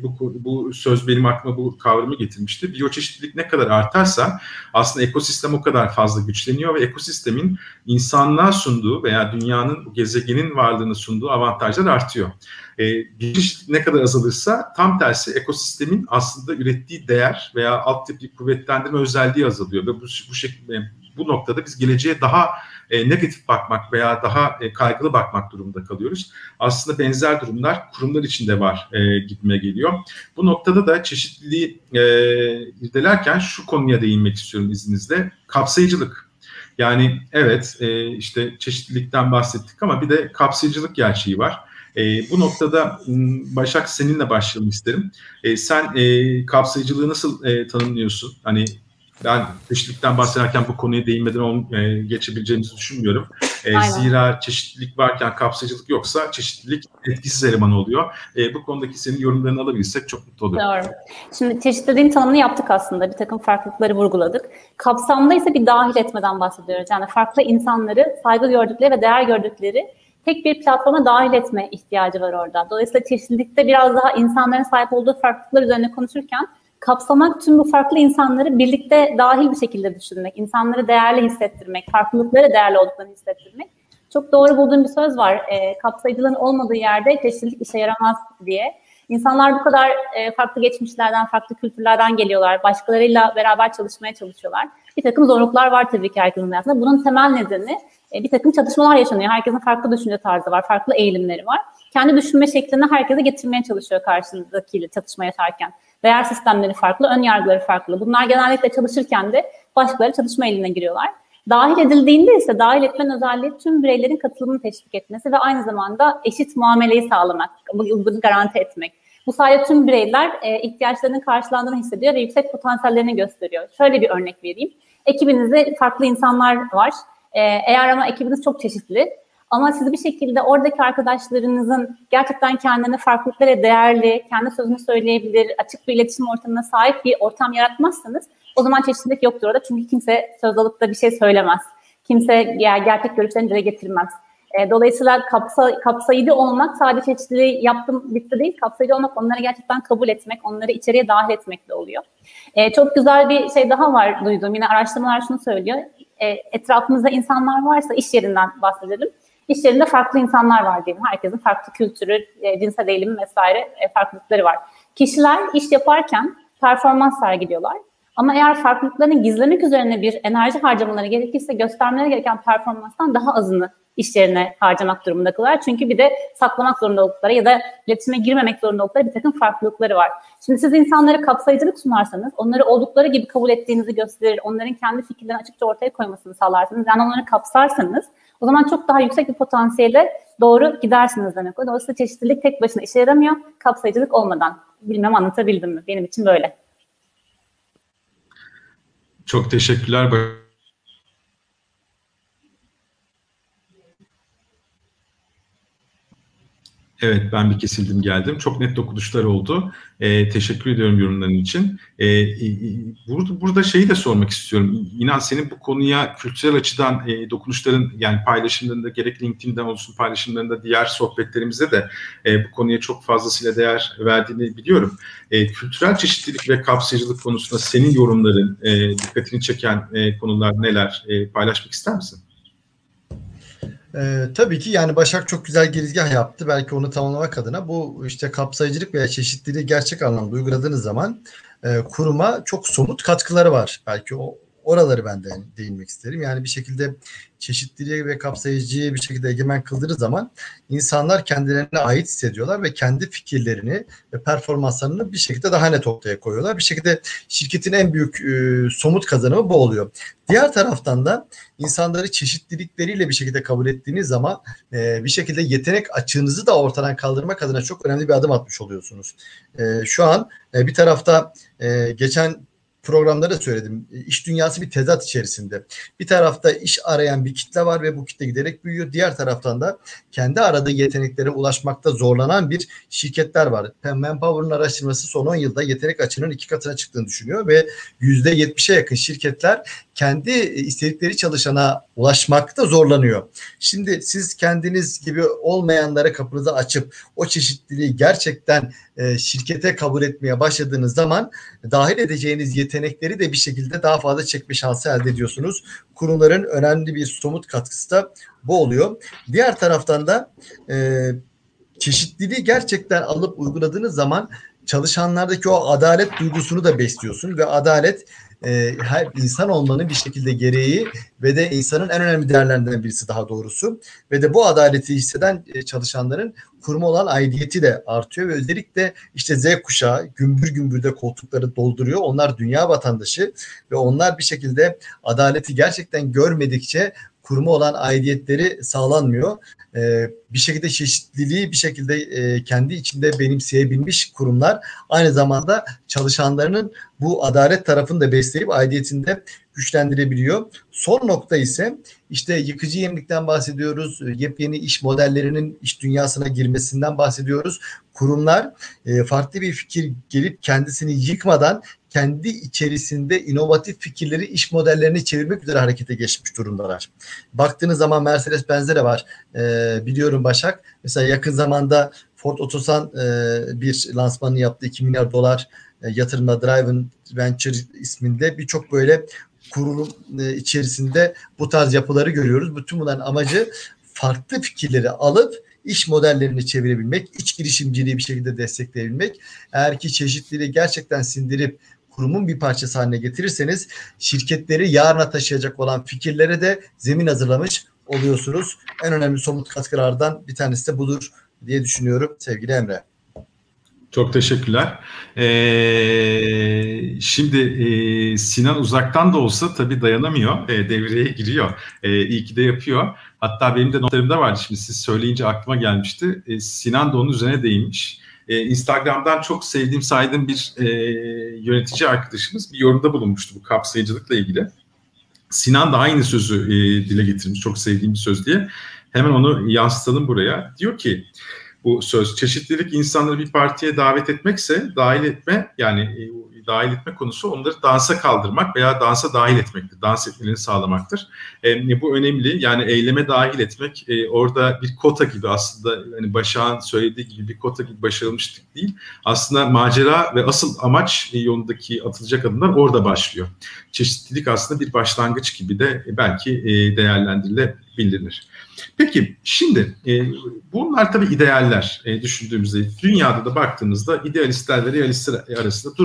Bu söz benim aklıma bu kavramı getirmişti. Biyoçeşitlilik ne kadar artarsa aslında ekosistem o kadar fazla güçleniyor ve ekosistemin insanlığa sunduğu veya dünyanın, bu gezegenin varlığını sunduğu avantajlar artıyor. Biyoçeşitlilik ne kadar azalırsa tam tersi ekosistemin aslında ürettiği değer veya altyapıyı kuvvetlendirme özelliği azalıyor ve bu şekilde bu noktada biz geleceğe daha negatif bakmak veya daha kaygılı bakmak durumunda kalıyoruz. Aslında benzer durumlar kurumlar içinde var gitmeye geliyor. Bu noktada da çeşitliliği irdelerken şu konuya değinmek istiyorum izninizle. Kapsayıcılık. Yani evet işte çeşitlilikten bahsettik ama bir de kapsayıcılık gerçeği var. Bu noktada Başak seninle başlayalım isterim. Sen kapsayıcılığı nasıl tanımlıyorsun? Hani ben çeşitlilikten bahsederken bu konuya değinmeden geçebileceğimizi düşünmüyorum. Zira çeşitlilik varken kapsayıcılık yoksa çeşitlilik etkisiz eleman oluyor. Bu konudaki senin yorumlarını alabilirsek çok mutlu olurum. Doğru. Şimdi çeşitliliğin tanımını yaptık aslında. Bir takım farklılıkları vurguladık. Kapsamda ise bir dahil etmeden bahsediyoruz. Yani farklı insanları saygı gördükleri ve değer gördükleri tek bir platforma dahil etme ihtiyacı var orada. Dolayısıyla çeşitlilikte biraz daha insanların sahip olduğu farklılıklar üzerine konuşurken kapsamak tüm bu farklı insanları birlikte dahil bir şekilde düşünmek, insanları değerli hissettirmek, farklılıkları değerli olduklarını hissettirmek. Çok doğru bulduğum bir söz var. Kapsayıcılığın olmadığı yerde çeşitlilik işe yaramaz diye. İnsanlar bu kadar farklı geçmişlerden, farklı kültürlerden geliyorlar. Başkalarıyla beraber çalışmaya çalışıyorlar. Bir takım zorluklar var tabii ki herkesin hayatında. Bunun temel nedeni bir takım çatışmalar yaşanıyor. Herkesin farklı düşünce tarzı var, farklı eğilimleri var. Kendi düşünme şeklini herkese getirmeye çalışıyor karşındakiyle çatışma yaşarken. Değer sistemleri farklı, ön yargıları farklı. Bunlar genellikle çalışırken de başkaları çatışma eğilimine giriyorlar. Dahil edildiğinde ise dahil etmenin özelliği tüm bireylerin katılımını teşvik etmesi ve aynı zamanda eşit muameleyi sağlamak, bunu garanti etmek. Bu sayede tüm bireyler ihtiyaçlarının karşılandığını hissediyor ve yüksek potansiyellerini gösteriyor. Şöyle bir örnek vereyim. Ekibinizde farklı insanlar var. Eğer ama ekibiniz çok çeşitli ama siz bir şekilde oradaki arkadaşlarınızın gerçekten kendini farklılıklara değerli, kendi sözünü söyleyebilir, açık bir iletişim ortamına sahip bir ortam yaratmazsanız o zaman çeşitlilik yoktur orada. Çünkü kimse söz alıp da bir şey söylemez. Kimse gerçek görüşlerini dile getirmez. Dolayısıyla kapsayıcı olmak sadece çeşitliliği yaptım bitti değil. Kapsayıcı olmak onları gerçekten kabul etmek, onları içeriye dahil etmekle oluyor. Çok güzel bir şey daha var duyduğum. Yine araştırmalar şunu söylüyor. Etrafımızda insanlar varsa iş yerinden bahsedelim. İş yerinde farklı insanlar var diyelim. Herkesin farklı kültürü, cinsel eğilimi vesaire farklılıkları var. Kişiler iş yaparken performans sergiliyorlar. Ama eğer farklılıklarını gizlemek üzerine bir enerji harcamaları gerekirse göstermeleri gereken performanstan daha azını iş yerine harcamak durumunda kalıyorlar. Çünkü bir de saklamak zorunda oldukları ya da iletişime girmemek zorunda oldukları bir takım farklılıkları var. Şimdi siz insanlara kapsayıcılık sunarsanız, onları oldukları gibi kabul ettiğinizi gösterir, onların kendi fikirlerini açıkça ortaya koymasını sağlarsanız, yani onları kapsarsanız, o zaman çok daha yüksek bir potansiyele doğru gidersiniz demek o. Dolayısıyla çeşitlilik tek başına işe yaramıyor, kapsayıcılık olmadan. Bilmem anlatabildim mi? Benim için böyle. Çok teşekkürler. Evet, ben bir kesildim geldim. Çok net dokunuşlar oldu. Teşekkür ediyorum yorumların için. Burada şeyi de sormak istiyorum. İnan senin bu konuya kültürel açıdan dokunuşların, yani paylaşımlarında, gerek LinkedIn'den olsun paylaşımlarında, diğer sohbetlerimizde de bu konuya çok fazlasıyla değer verdiğini biliyorum. Kültürel çeşitlilik ve kapsayıcılık konusunda senin yorumların, dikkatini çeken konular neler? Paylaşmak ister misin? Tabii ki, yani Başak çok güzel girizgah yaptı. Belki onu tamamlamak adına, bu işte kapsayıcılık veya çeşitliliği gerçek anlamda uyguladığınız zaman kuruma çok somut katkıları var. Belki oraları ben de değinmek isterim. Yani bir şekilde çeşitliliği ve kapsayıcıyı bir şekilde egemen kıldığınız zaman insanlar kendilerine ait hissediyorlar ve kendi fikirlerini ve performanslarını bir şekilde daha net ortaya koyuyorlar. Bir şekilde şirketin en büyük somut kazanımı bu oluyor. Diğer taraftan da insanları çeşitlilikleriyle bir şekilde kabul ettiğiniz zaman bir şekilde yetenek açığınızı da ortadan kaldırmak adına çok önemli bir adım atmış oluyorsunuz. Şu an bir tarafta geçen programda da söyledim. İş dünyası bir tezat içerisinde. Bir tarafta iş arayan bir kitle var ve bu kitle giderek büyüyor. Diğer taraftan da kendi aradığı yeteneklere ulaşmakta zorlanan bir şirketler var. Manpower'ın araştırması son 10 yılda yetenek açığının 2 katına çıktığını düşünüyor ve %70'e yakın şirketler kendi istedikleri çalışana ulaşmakta zorlanıyor. Şimdi siz kendiniz gibi olmayanlara kapınızı açıp o çeşitliliği gerçekten şirkete kabul etmeye başladığınız zaman dahil edeceğiniz yetenekleri de bir şekilde daha fazla çekme şansı elde ediyorsunuz. Kurumların önemli bir somut katkısı da bu oluyor. Diğer taraftan da çeşitliliği gerçekten alıp uyguladığınız zaman çalışanlardaki o adalet duygusunu da besliyorsun ve adalet her insan olmanın bir şekilde gereği ve de insanın en önemli değerlerinden birisi, daha doğrusu. Ve de bu adaleti hisseden çalışanların kuruma olan aidiyeti de artıyor ve özellikle işte Z kuşağı gümbür gümbür de koltukları dolduruyor. Onlar dünya vatandaşı ve onlar bir şekilde adaleti gerçekten görmedikçe kuruma olan aidiyetleri sağlanmıyor. Bir şekilde çeşitliliği bir şekilde kendi içinde benimseyebilmiş kurumlar aynı zamanda çalışanlarının bu adalet tarafını da besleyip aidiyetini de güçlendirebiliyor. Son nokta ise işte yıkıcı yenilikten bahsediyoruz. Yepyeni iş modellerinin iş dünyasına girmesinden bahsediyoruz. Kurumlar farklı bir fikir gelip kendisini yıkmadan kendi içerisinde inovatif fikirleri, iş modellerini çevirmek üzere harekete geçmiş durumdalar. Baktığınız zaman Mercedes-Benz'de de var. Biliyorum Başak. Mesela yakın zamanda Ford Otosan bir lansmanını yaptı. 2 milyar dolar yatırımla Driven Venture isminde birçok böyle kurulum içerisinde bu tarz yapıları görüyoruz. Bütün bunların amacı farklı fikirleri alıp iş modellerini çevirebilmek, iç girişimciliği bir şekilde destekleyebilmek. Eğer ki çeşitliliği gerçekten sindirip kurumun bir parçası haline getirirseniz şirketleri yarına taşıyacak olan fikirlere de zemin hazırlamış oluyorsunuz. En önemli somut katkılardan bir tanesi de budur diye düşünüyorum sevgili Emre. Çok teşekkürler. Şimdi Sinan uzaktan da olsa tabii dayanamıyor. Devreye giriyor. İyi ki de yapıyor. Hatta benim de notlarımda vardı. Şimdi siz söyleyince aklıma gelmişti. Sinan da onun üzerine değinmiş. Instagram'dan çok sevdiğim, saydığım bir yönetici arkadaşımız bir yorumda bulunmuştu bu kapsayıcılıkla ilgili. Sinan da aynı sözü dile getirmiş. Çok sevdiğim bir söz diye. Hemen onu yansıtalım buraya. Diyor ki bu söz, çeşitlilik insanları bir partiye davet etmekse dahil etme, yani dahil etme konusu onları dansa kaldırmak veya dansa dahil etmektir. Dans etmelerini sağlamaktır. Bu önemli. Yani eyleme dahil etmek orada bir kota gibi, aslında hani Başak'ın söylediği gibi bir kota gibi başarılmışlık değil. Aslında macera ve asıl amaç yolundaki atılacak adımlar orada başlıyor. Çeşitlilik aslında bir başlangıç gibi de belki değerlendirilebilir. Peki şimdi bunlar tabii idealler düşündüğümüzde, dünyada da baktığımızda idealistler ve realistler arasında durmadan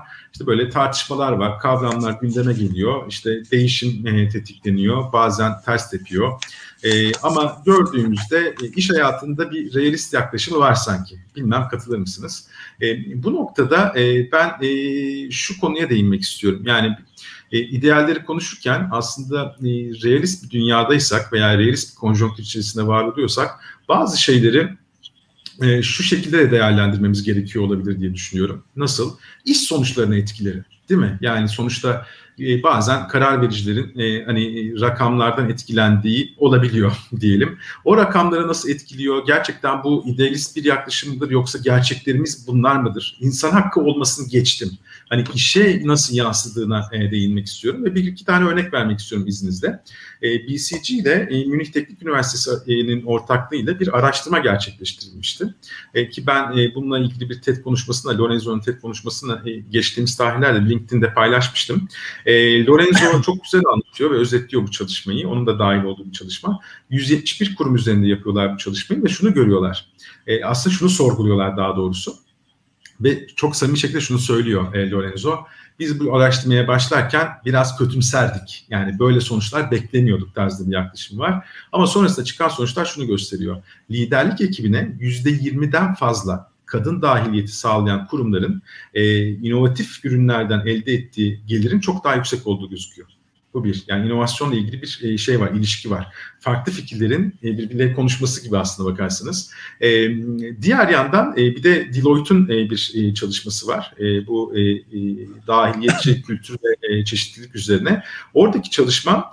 işte böyle tartışmalar var, kavramlar gündeme geliyor, işte değişim tetikleniyor, bazen ters tepiyor. Ama gördüğümüzde iş hayatında bir realist yaklaşımı var sanki. Bilmem katılır mısınız? Bu noktada ben şu konuya değinmek istiyorum. Yani idealleri konuşurken aslında realist bir dünyadaysak veya realist bir konjonktür içerisinde var oluyorsak bazı şeyleri şu şekilde de değerlendirmemiz gerekiyor olabilir diye düşünüyorum. Nasıl? İş sonuçlarına etkileri, değil mi? Yani sonuçta bazen karar vericilerin hani rakamlardan etkilendiği olabiliyor diyelim. O rakamları nasıl etkiliyor? Gerçekten bu idealist bir yaklaşımdır yoksa gerçeklerimiz bunlar mıdır? İnsan hakkı olmasını geçtim. Hani işe nasıl yansıdığına değinmek istiyorum ve bir iki tane örnek vermek istiyorum izninizle. BCG ile Münih Teknik Üniversitesi'nin ortaklığıyla bir araştırma gerçekleştirilmişti. Ki ben bununla ilgili bir TED konuşmasını, Lorenzo'nun TED konuşmasını geçtiğimiz tarihlerde LinkedIn'de paylaşmıştım. Lorenzo çok güzel anlatıyor ve özetliyor bu çalışmayı. Onun da dahil olduğu bir çalışma. 171 kurum üzerinde yapıyorlar bu çalışmayı ve şunu görüyorlar. Aslında şunu sorguluyorlar daha doğrusu. Ve çok samimi şekilde şunu söylüyor Lorenzo. Biz bu araştırmaya başlarken biraz kötümserdik. Yani böyle sonuçlar beklemiyorduk tarzında bir yaklaşım var. Ama sonrasında çıkan sonuçlar şunu gösteriyor. Liderlik ekibine %20'den fazla kadın dahiliyeti sağlayan kurumların inovatif ürünlerden elde ettiği gelirin çok daha yüksek olduğu gözüküyor. Bu bir. Yani inovasyonla ilgili bir şey var, ilişki var. Farklı fikirlerin birbirleriyle konuşması gibi aslında bakarsanız. Diğer yandan bir de Deloitte'un bir çalışması var. Bu dahiliyetçi kültür ve çeşitlilik üzerine. Oradaki çalışma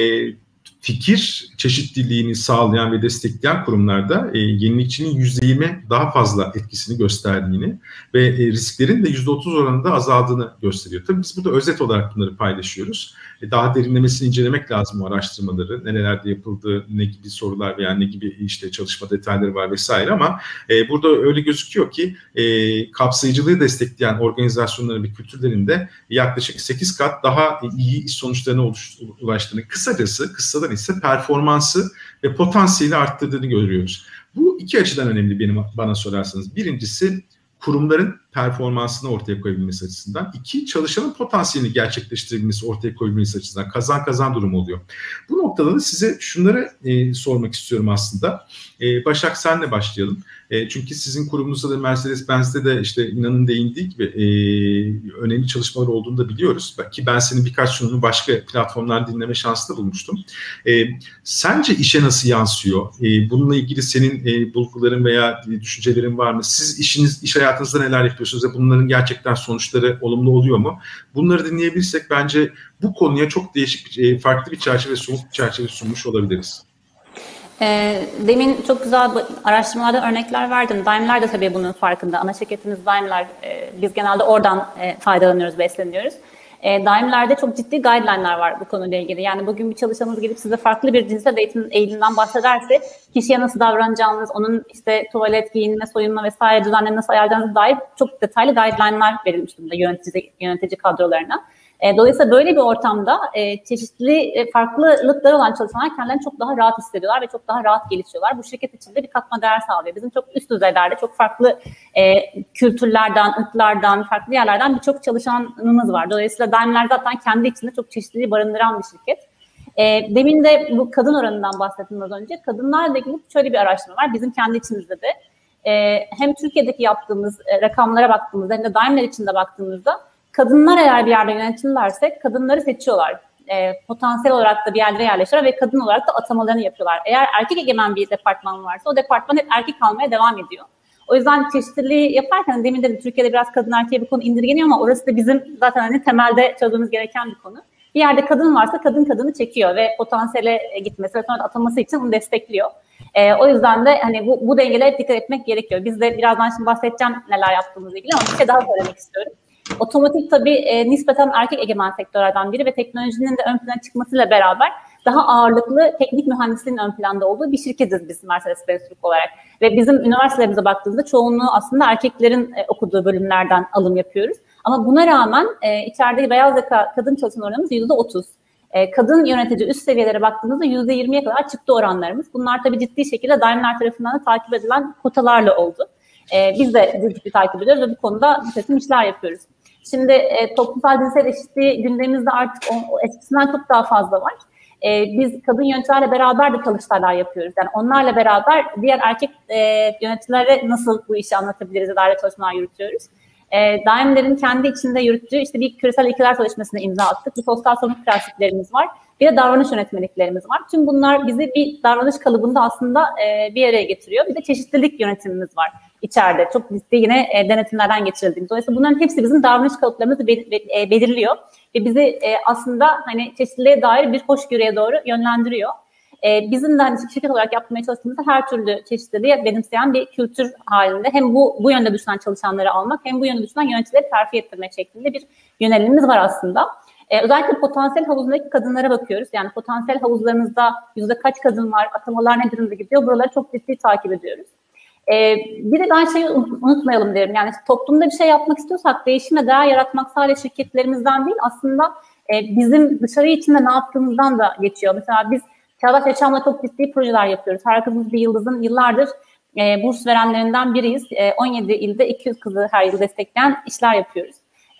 fikir çeşitliliğini sağlayan ve destekleyen kurumlarda yenilikçinin %20 daha fazla etkisini gösterdiğini ve risklerin de %30 oranında azaldığını gösteriyor. Tabii biz burada özet olarak bunları paylaşıyoruz. Daha derinlemesini incelemek lazım o araştırmaları. Nerelerde yapıldığı, ne gibi sorular veya ne gibi işte çalışma detayları var vesaire ama burada öyle gözüküyor ki kapsayıcılığı destekleyen organizasyonların ve kültürlerinde yaklaşık 8 kat daha iyi iş sonuçlarına ulaştığını, kısadan ise performansı ve potansiyeli arttırdığını görüyoruz. Bu iki açıdan önemli bana sorarsanız. Birincisi kurumların performansını ortaya koyabilmesi açısından. İki, çalışanın potansiyelini gerçekleştirebilmesi, ortaya koyabilmesi açısından kazan kazan durumu oluyor. Bu noktada da size şunları sormak istiyorum aslında. Başak senle başlayalım. Çünkü sizin kurumunuzda da Mercedes-Benz'de de işte İnan'ın değindiği gibi önemli çalışmalar olduğunu da biliyoruz. Ki ben senin birkaç sunumunu başka platformlardan dinleme şansı da bulmuştum. Sence işe nasıl yansıyor? Bununla ilgili senin bulguların veya düşüncelerin var mı? Siz iş hayatınızda neler yapıyorsunuz ve bunların gerçekten sonuçları olumlu oluyor mu? Bunları dinleyebilirsek bence bu konuya çok değişik, farklı bir çerçeve, somut bir çerçeve sunmuş olabiliriz. Demin çok güzel araştırmalardan örnekler verdim. Daimler de tabii bunun farkında. Ana şirketimiz Daimler. Biz genelde oradan faydalanıyoruz, besleniyoruz. Daimler'de çok ciddi guideline'lar var bu konuyla ilgili. Yani bugün bir çalışanınız gelip size farklı bir cinsel eğilimden bahsederse kişiye nasıl davranacağınız, onun işte tuvalet, giyinme, soyunma vesaire düzenlerini nasıl ayarlayacağınıza dair çok detaylı guideline'lar verilmiş durumda yönetici kadrolarına. Dolayısıyla böyle bir ortamda çeşitli farklılıkları olan çalışanlar kendilerini çok daha rahat hissediyorlar ve çok daha rahat gelişiyorlar. Bu şirket içinde bir katma değer sağlıyor. Bizim çok üst düzeylerde çok farklı kültürlerden, ırklardan, farklı yerlerden birçok çalışanımız var. Dolayısıyla Daimler zaten kendi içinde çok çeşitliliği barındıran bir şirket. Demin de bu kadın oranından bahsettim az önce. Kadınlarla ilgili şöyle bir araştırma var. Bizim kendi içimizde de hem Türkiye'deki yaptığımız rakamlara baktığımızda hem de Daimler içinde baktığımızda kadınlar eğer bir yerde yönetirlerse kadınları seçiyorlar. Potansiyel olarak da bir yerlere yerleşiyorlar ve kadın olarak da atamalarını yapıyorlar. Eğer erkek egemen bir departman varsa o departman hep erkek kalmaya devam ediyor. O yüzden çeşitliliği yaparken demin dedim Türkiye'de biraz kadın erkeğe bir konu indirgeniyor ama orası da bizim zaten hani temelde çözmemiz gereken bir konu. Bir yerde kadın varsa kadın kadını çekiyor ve potansiyele gitmesi ve sonra da ataması için onu destekliyor. O yüzden de hani bu dengelere dikkat etmek gerekiyor. Biz de birazdan şimdi bahsedeceğim neler yaptığımızla ilgili ama bir şey daha söylemek istiyorum. Otomotiv tabii nispeten erkek egemen sektörlerden biri ve teknolojinin de ön plana çıkmasıyla beraber daha ağırlıklı teknik mühendisliğin ön planda olduğu bir şirketiz biz Mercedes-Benz Türk olarak. Ve bizim üniversitelerimize baktığımızda çoğunluğu aslında erkeklerin okuduğu bölümlerden alım yapıyoruz. Ama buna rağmen içeride beyaz yaka kadın çalışan oranımız %30. Kadın yönetici üst seviyelere baktığımızda %20'ye kadar çıktı oranlarımız. Bunlar tabii ciddi şekilde Daimler tarafından da takip edilen kotalarla oldu. Biz de ciddi takip ediyoruz ve bu konuda bir takım işler yapıyoruz. Şimdi toplumsal cinsel eşitliği gündemimizde artık eskisinden çok daha fazla var. Biz kadın yöneticilerle beraber de çalıştaylar yapıyoruz. Yani onlarla beraber diğer erkek yöneticilere nasıl bu işi anlatabiliriz, dair çalışmalar yürütüyoruz. Daimler'in kendi içinde yürüttüğü işte bir küresel ilkeler çalışmasına imza attık. Bir sosyal sorumluluk prensiplerimiz var. Bir de davranış yönetmeliklerimiz var. Tüm bunlar bizi bir davranış kalıbında aslında bir araya getiriyor. Bir de çeşitlilik yönetimimiz var içeride. Çok ciddi yine denetimlerden geçirildiğimiz. Dolayısıyla bunların hepsi bizim davranış kalıplarımızı belirliyor. Ve bizi aslında hani çeşitliliğe dair bir hoşgörüye doğru yönlendiriyor. Bizim de hani şirket olarak yapmaya çalıştığımızda her türlü çeşitliliği benimseyen bir kültür halinde hem bu yönde düşünen çalışanları almak hem bu yönde düşünen yöneticileri terfi ettirmek şeklinde bir yönelimimiz var aslında. Özellikle potansiyel havuzundaki kadınlara bakıyoruz. Yani potansiyel havuzlarımızda kaç kadın var, atamalar ne durumda gidiyor, buraları çok ciddi takip ediyoruz. Bir de ben şeyi unutmayalım derim. Yani toplumda bir şey yapmak istiyorsak değişime değer yaratmak sadece şirketlerimizden değil, aslında bizim dışarı içinde ne yaptığımızdan da geçiyor. Mesela biz Çağdaş Yaşam'la çok ciddi projeler yapıyoruz. Her Kızımız Bir Yıldız'ın yıllardır burs verenlerinden biriyiz. 17 ilde 200 kızı her yıl destekleyen işler yapıyoruz.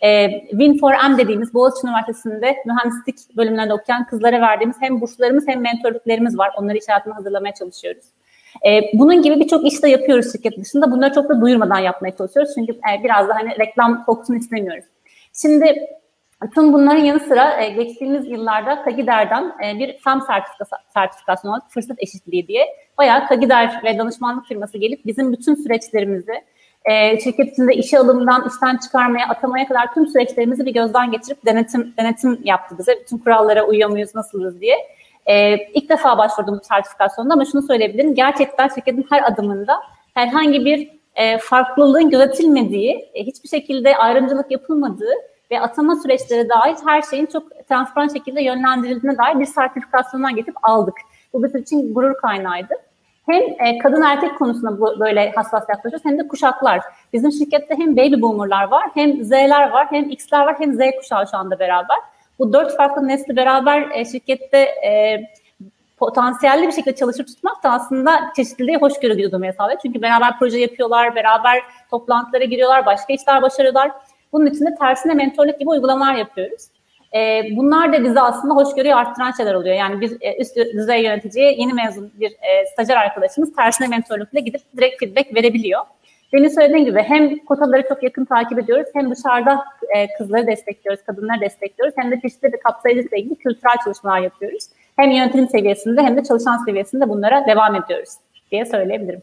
Win4M dediğimiz Boğaziçi Üniversitesi'nde mühendislik bölümlerinde okuyan kızlara verdiğimiz hem burslarımız hem mentörlüklerimiz var. Onları iş hayatına hazırlamaya çalışıyoruz. Bunun gibi birçok iş de yapıyoruz şirket dışında. Bunları çok da duyurmadan yapmaya çalışıyoruz. Çünkü biraz da hani reklam koksun istemiyoruz. Şimdi tüm bunların yanı sıra geçtiğimiz yıllarda Kagider'den bir FEM sertifikasyonu olarak fırsat eşitliği diye bayağı Kagider ve danışmanlık firması gelip bizim bütün süreçlerimizi şirket içinde işe alımdan işten çıkarmaya, atamaya kadar tüm süreçlerimizi bir gözden geçirip denetim yaptı bize. Bütün kurallara uyuyor muyuz, nasılız diye. İlk defa başvurdum bu sertifikasyonda ama şunu söyleyebilirim. Gerçekten şirketin her adımında herhangi bir farklılığın gözetilmediği, hiçbir şekilde ayrımcılık yapılmadığı ve atama süreçleri dahil her şeyin çok transparan şekilde yönlendirildiğine dair bir sertifikasyondan getirip aldık. Bu bizim için gurur kaynağıydı. Hem kadın erkek konusunda böyle hassas yaklaşıyoruz hem de kuşaklar. Bizim şirkette hem baby boomer'lar var, hem Z'ler var, hem X'ler var, hem Z kuşağı şu anda beraber. Bu 4 farklı nesli beraber şirkette potansiyelli bir şekilde çalışıp tutmak da aslında çeşitliliği hoşgörü duymaya sağlıyor. Çünkü beraber proje yapıyorlar, beraber toplantılara giriyorlar, başka işler başarıyorlar. Bunun için de tersine mentorluk gibi uygulamalar yapıyoruz. Bunlar da bize aslında hoşgörüyü arttıran şeyler oluyor. Yani bir üst düzey yöneticiye yeni mezun bir stajyer arkadaşımız tersine mentorlukla gidip direkt feedback verebiliyor. Demin söylediğim gibi hem kotaları çok yakın takip ediyoruz, hem dışarıda kızları destekliyoruz, kadınları destekliyoruz, hem de çeşitli ve kapsayıcılıkla ilgili kültürel çalışmalar yapıyoruz. Hem yönetim seviyesinde hem de çalışan seviyesinde bunlara devam ediyoruz diye söyleyebilirim.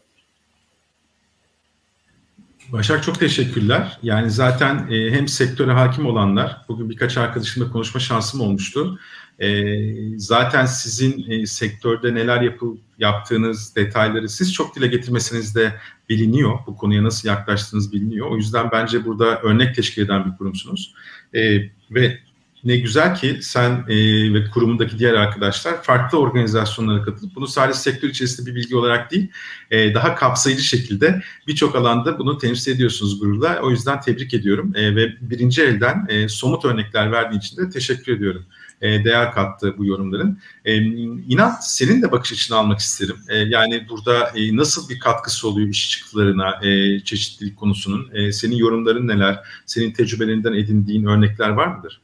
Başak, çok teşekkürler. Yani zaten hem sektöre hakim olanlar, bugün birkaç arkadaşımla konuşma şansım olmuştu. Zaten sizin sektörde neler yaptığınız detayları siz çok dile getirmeseniz de biliniyor. Bu konuya nasıl yaklaştığınız biliniyor. O yüzden bence burada örnek teşkil eden bir kurumsunuz. Ve ne güzel ki sen ve kurumundaki diğer arkadaşlar farklı organizasyonlara katılıp bunu sadece sektör içerisinde bir bilgi olarak değil, daha kapsayıcı şekilde birçok alanda bunu temsil ediyorsunuz gururla. O yüzden tebrik ediyorum ve birinci elden somut örnekler verdiğin için de teşekkür ediyorum. Değer kattı bu yorumların. İnan, senin de bakış açını almak isterim. Yani burada nasıl bir katkısı oluyor iş çıktılarına, çeşitlilik konusunun? Senin yorumların neler? Senin tecrübelerinden edindiğin örnekler var mıdır?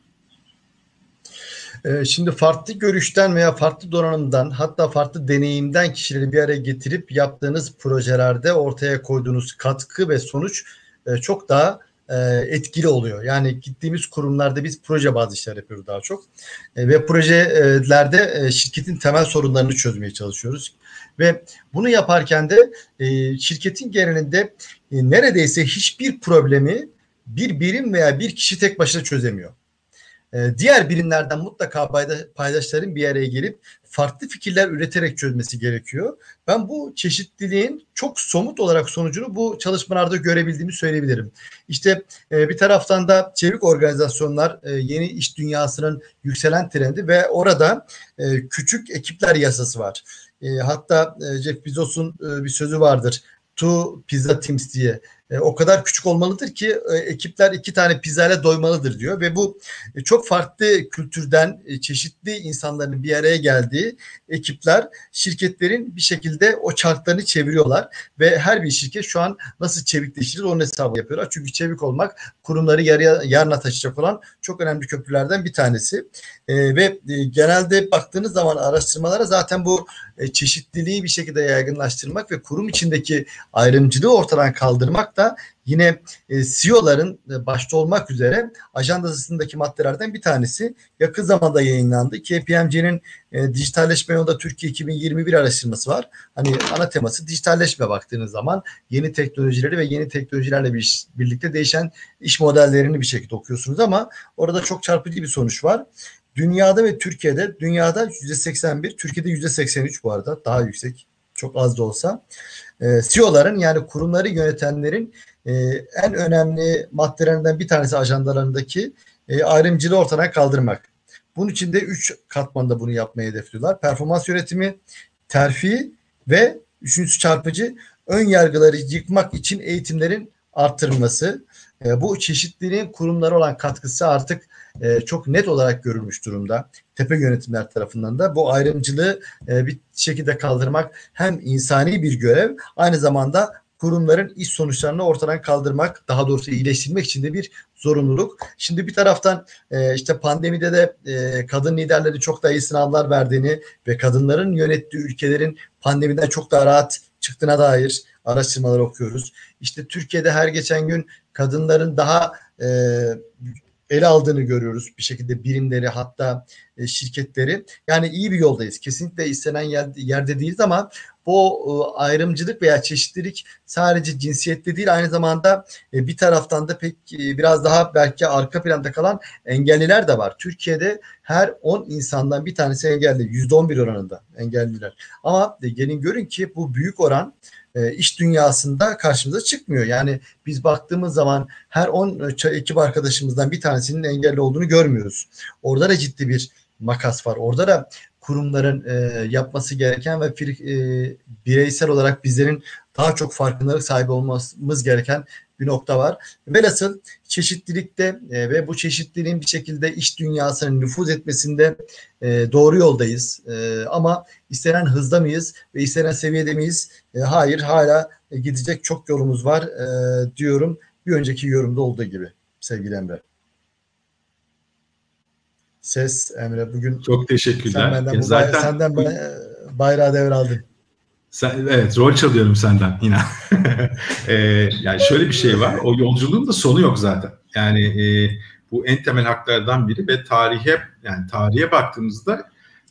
Şimdi farklı görüşten veya farklı donanımdan, hatta farklı deneyimden kişileri bir araya getirip yaptığınız projelerde ortaya koyduğunuz katkı ve sonuç çok daha etkili oluyor. Yani gittiğimiz kurumlarda biz proje bazlı işler yapıyoruz daha çok. Ve projelerde şirketin temel sorunlarını çözmeye çalışıyoruz. Ve bunu yaparken de şirketin genelinde neredeyse hiçbir problemi bir birim veya bir kişi tek başına çözemiyor. Diğer birimlerden mutlaka paydaşların bir araya gelip farklı fikirler üreterek çözmesi gerekiyor. Ben bu çeşitliliğin çok somut olarak sonucunu bu çalışmalarda görebildiğimi söyleyebilirim. İşte bir taraftan da çevik organizasyonlar yeni iş dünyasının yükselen trendi ve orada küçük ekipler yasası var. Hatta Jeff Bezos'un bir sözü vardır. Two Pizza Teams diye. o kadar küçük olmalıdır ki ekipler 2 tane pizzayla doymalıdır diyor ve bu çok farklı kültürden çeşitli insanların bir araya geldiği ekipler şirketlerin bir şekilde o çarklarını çeviriyorlar ve her bir şirket şu an nasıl çevikleştirir onun hesabı yapıyorlar. Çünkü çevik olmak kurumları yarına taşıyacak olan çok önemli köprülerden bir tanesi. Ve genelde baktığınız zaman araştırmalara zaten bu çeşitliliği bir şekilde yaygınlaştırmak ve kurum içindeki ayrımcılığı ortadan kaldırmak da yine CEO'ların başta olmak üzere ajandasındaki maddelerden bir tanesi. Yakın zamanda yayınlandı. KPMG'nin dijitalleşme yolunda Türkiye 2021 araştırması var. Hani ana teması dijitalleşme baktığınız zaman yeni teknolojileri ve yeni teknolojilerle birlikte değişen iş modellerini bir şekilde okuyorsunuz ama orada çok çarpıcı bir sonuç var. Dünyada ve Türkiye'de, dünyada %81, Türkiye'de %83 bu arada daha yüksek, çok az da olsa. CEO'ların yani kurumları yönetenlerin en önemli maddelerinden bir tanesi ajandalarındaki ayrımcılığı ortadan kaldırmak. Bunun için de 3 katmanda bunu yapmayı hedefliyorlar. Performans yönetimi, terfi ve üçüncüsü çarpıcı ön yargıları yıkmak için eğitimlerin arttırılması. Bu çeşitliliğin kurumlara olan katkısı artık çok net olarak görülmüş durumda. Tepe yönetimler tarafından da bu ayrımcılığı bir şekilde kaldırmak hem insani bir görev, aynı zamanda kurumların iş sonuçlarını ortadan kaldırmak, daha doğrusu iyileştirmek için de bir zorunluluk. Şimdi bir taraftan işte pandemide de kadın liderlerin çok daha iyi sınavlar verdiğini ve kadınların yönettiği ülkelerin pandemiden çok daha rahat çıktığına dair araştırmalar okuyoruz. İşte Türkiye'de her geçen gün kadınların daha ele aldığını görüyoruz bir şekilde birimleri, hatta şirketleri. Yani iyi bir yoldayız. Kesinlikle istenen yerde değiliz ama bu ayrımcılık veya çeşitlilik sadece cinsiyette değil, aynı zamanda bir taraftan da biraz daha belki arka planda kalan engelliler de var. Türkiye'de her 10 insandan bir tanesi engelli. %11 oranında engelliler. Ama gelin görün ki bu büyük oran iş dünyasında karşımıza çıkmıyor. Yani biz baktığımız zaman her 10 ekip arkadaşımızdan bir tanesinin engelli olduğunu görmüyoruz. Orada da ciddi bir makas var. Orada da kurumların yapması gereken ve bireysel olarak bizlerin daha çok farkındalık sahibi olmamız gereken bir nokta var. Velhasıl çeşitlilikte ve bu çeşitliliğin bir şekilde iş dünyasının nüfuz etmesinde doğru yoldayız. Ama istenen hızda mıyız ve istenen seviyede miyiz? Hayır, hala gidecek çok yolumuz var diyorum. Bir önceki yorumda olduğu gibi sevgili Emre. Ses Emre, bugün çok teşekkürler. Senden bayrağı devraldın. Evet, rol çalıyorum senden yine. Yani şöyle bir şey var. O yolculuğun da sonu yok zaten. Yani bu en temel haklardan biri ve tarihe baktığımızda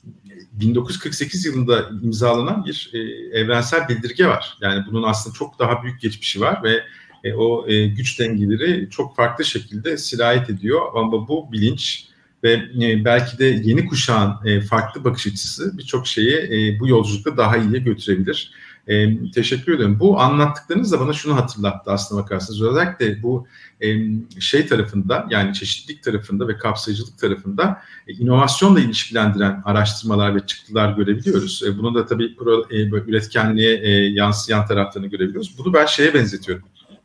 1948 yılında imzalanan bir evrensel bildirge var. Yani bunun aslında çok daha büyük geçmişi var ve o güç dengeleri çok farklı şekilde sirayet ediyor. Ama bu bilinç ve belki de yeni kuşağın farklı bakış açısı birçok şeyi bu yolculukta daha iyiye götürebilir. Teşekkür ederim. Bu anlattıklarınız da bana şunu hatırlattı aslına bakarsanız. Özellikle bu tarafında, yani çeşitlilik tarafında ve kapsayıcılık tarafında inovasyonla ilişkilendiren araştırmalar ve çıktılar görebiliyoruz. Bunu da tabii üretkenliğe yansıyan taraflarını görebiliyoruz. Bunu ben şeye benzetiyorum.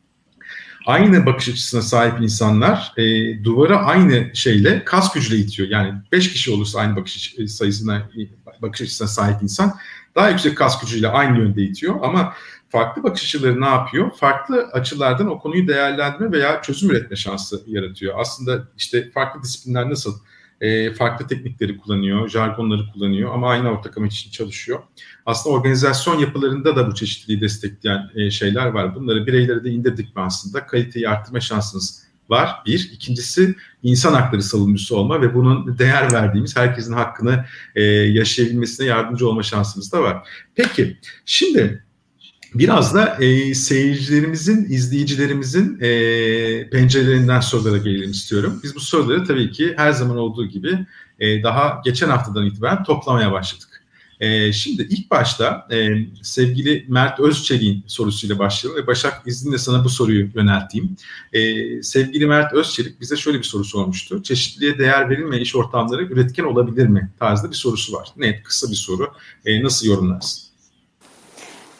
Aynı bakış açısına sahip insanlar duvara aynı şeyle kas gücüyle itiyor. Yani 5 kişi olursa aynı bakış açısına sahip insan daha yüksek kas gücüyle aynı yönde itiyor. Ama farklı bakış açıları ne yapıyor? Farklı açılardan o konuyu değerlendirme veya çözüm üretme şansı yaratıyor. Aslında işte farklı disiplinler nasıl farklı teknikleri kullanıyor, jargonları kullanıyor ama aynı ortak amaç için çalışıyor. Aslında organizasyon yapılarında da bu çeşitliliği destekleyen şeyler var. Bunları bireylere de indirdik mi aslında? Kaliteyi arttırma şansınız var. Bir. İkincisi insan hakları savunucusu olma ve bunun değer verdiğimiz herkesin hakkını yaşayabilmesine yardımcı olma şansımız da var. Peki, şimdi biraz da seyircilerimizin, izleyicilerimizin pencerelerinden sorulara gelelim istiyorum. Biz bu soruları tabii ki her zaman olduğu gibi daha geçen haftadan itibaren toplamaya başladık. Şimdi ilk başta sevgili Mert Özçelik'in sorusuyla başlayalım ve Başak izninle sana bu soruyu yönelteyim. Sevgili Mert Özçelik bize şöyle bir soru sormuştu. Çeşitliliğe değer verilmeyen iş ortamları üretken olabilir mi tarzında bir sorusu var. Net, kısa bir soru. Nasıl yorumlarsın?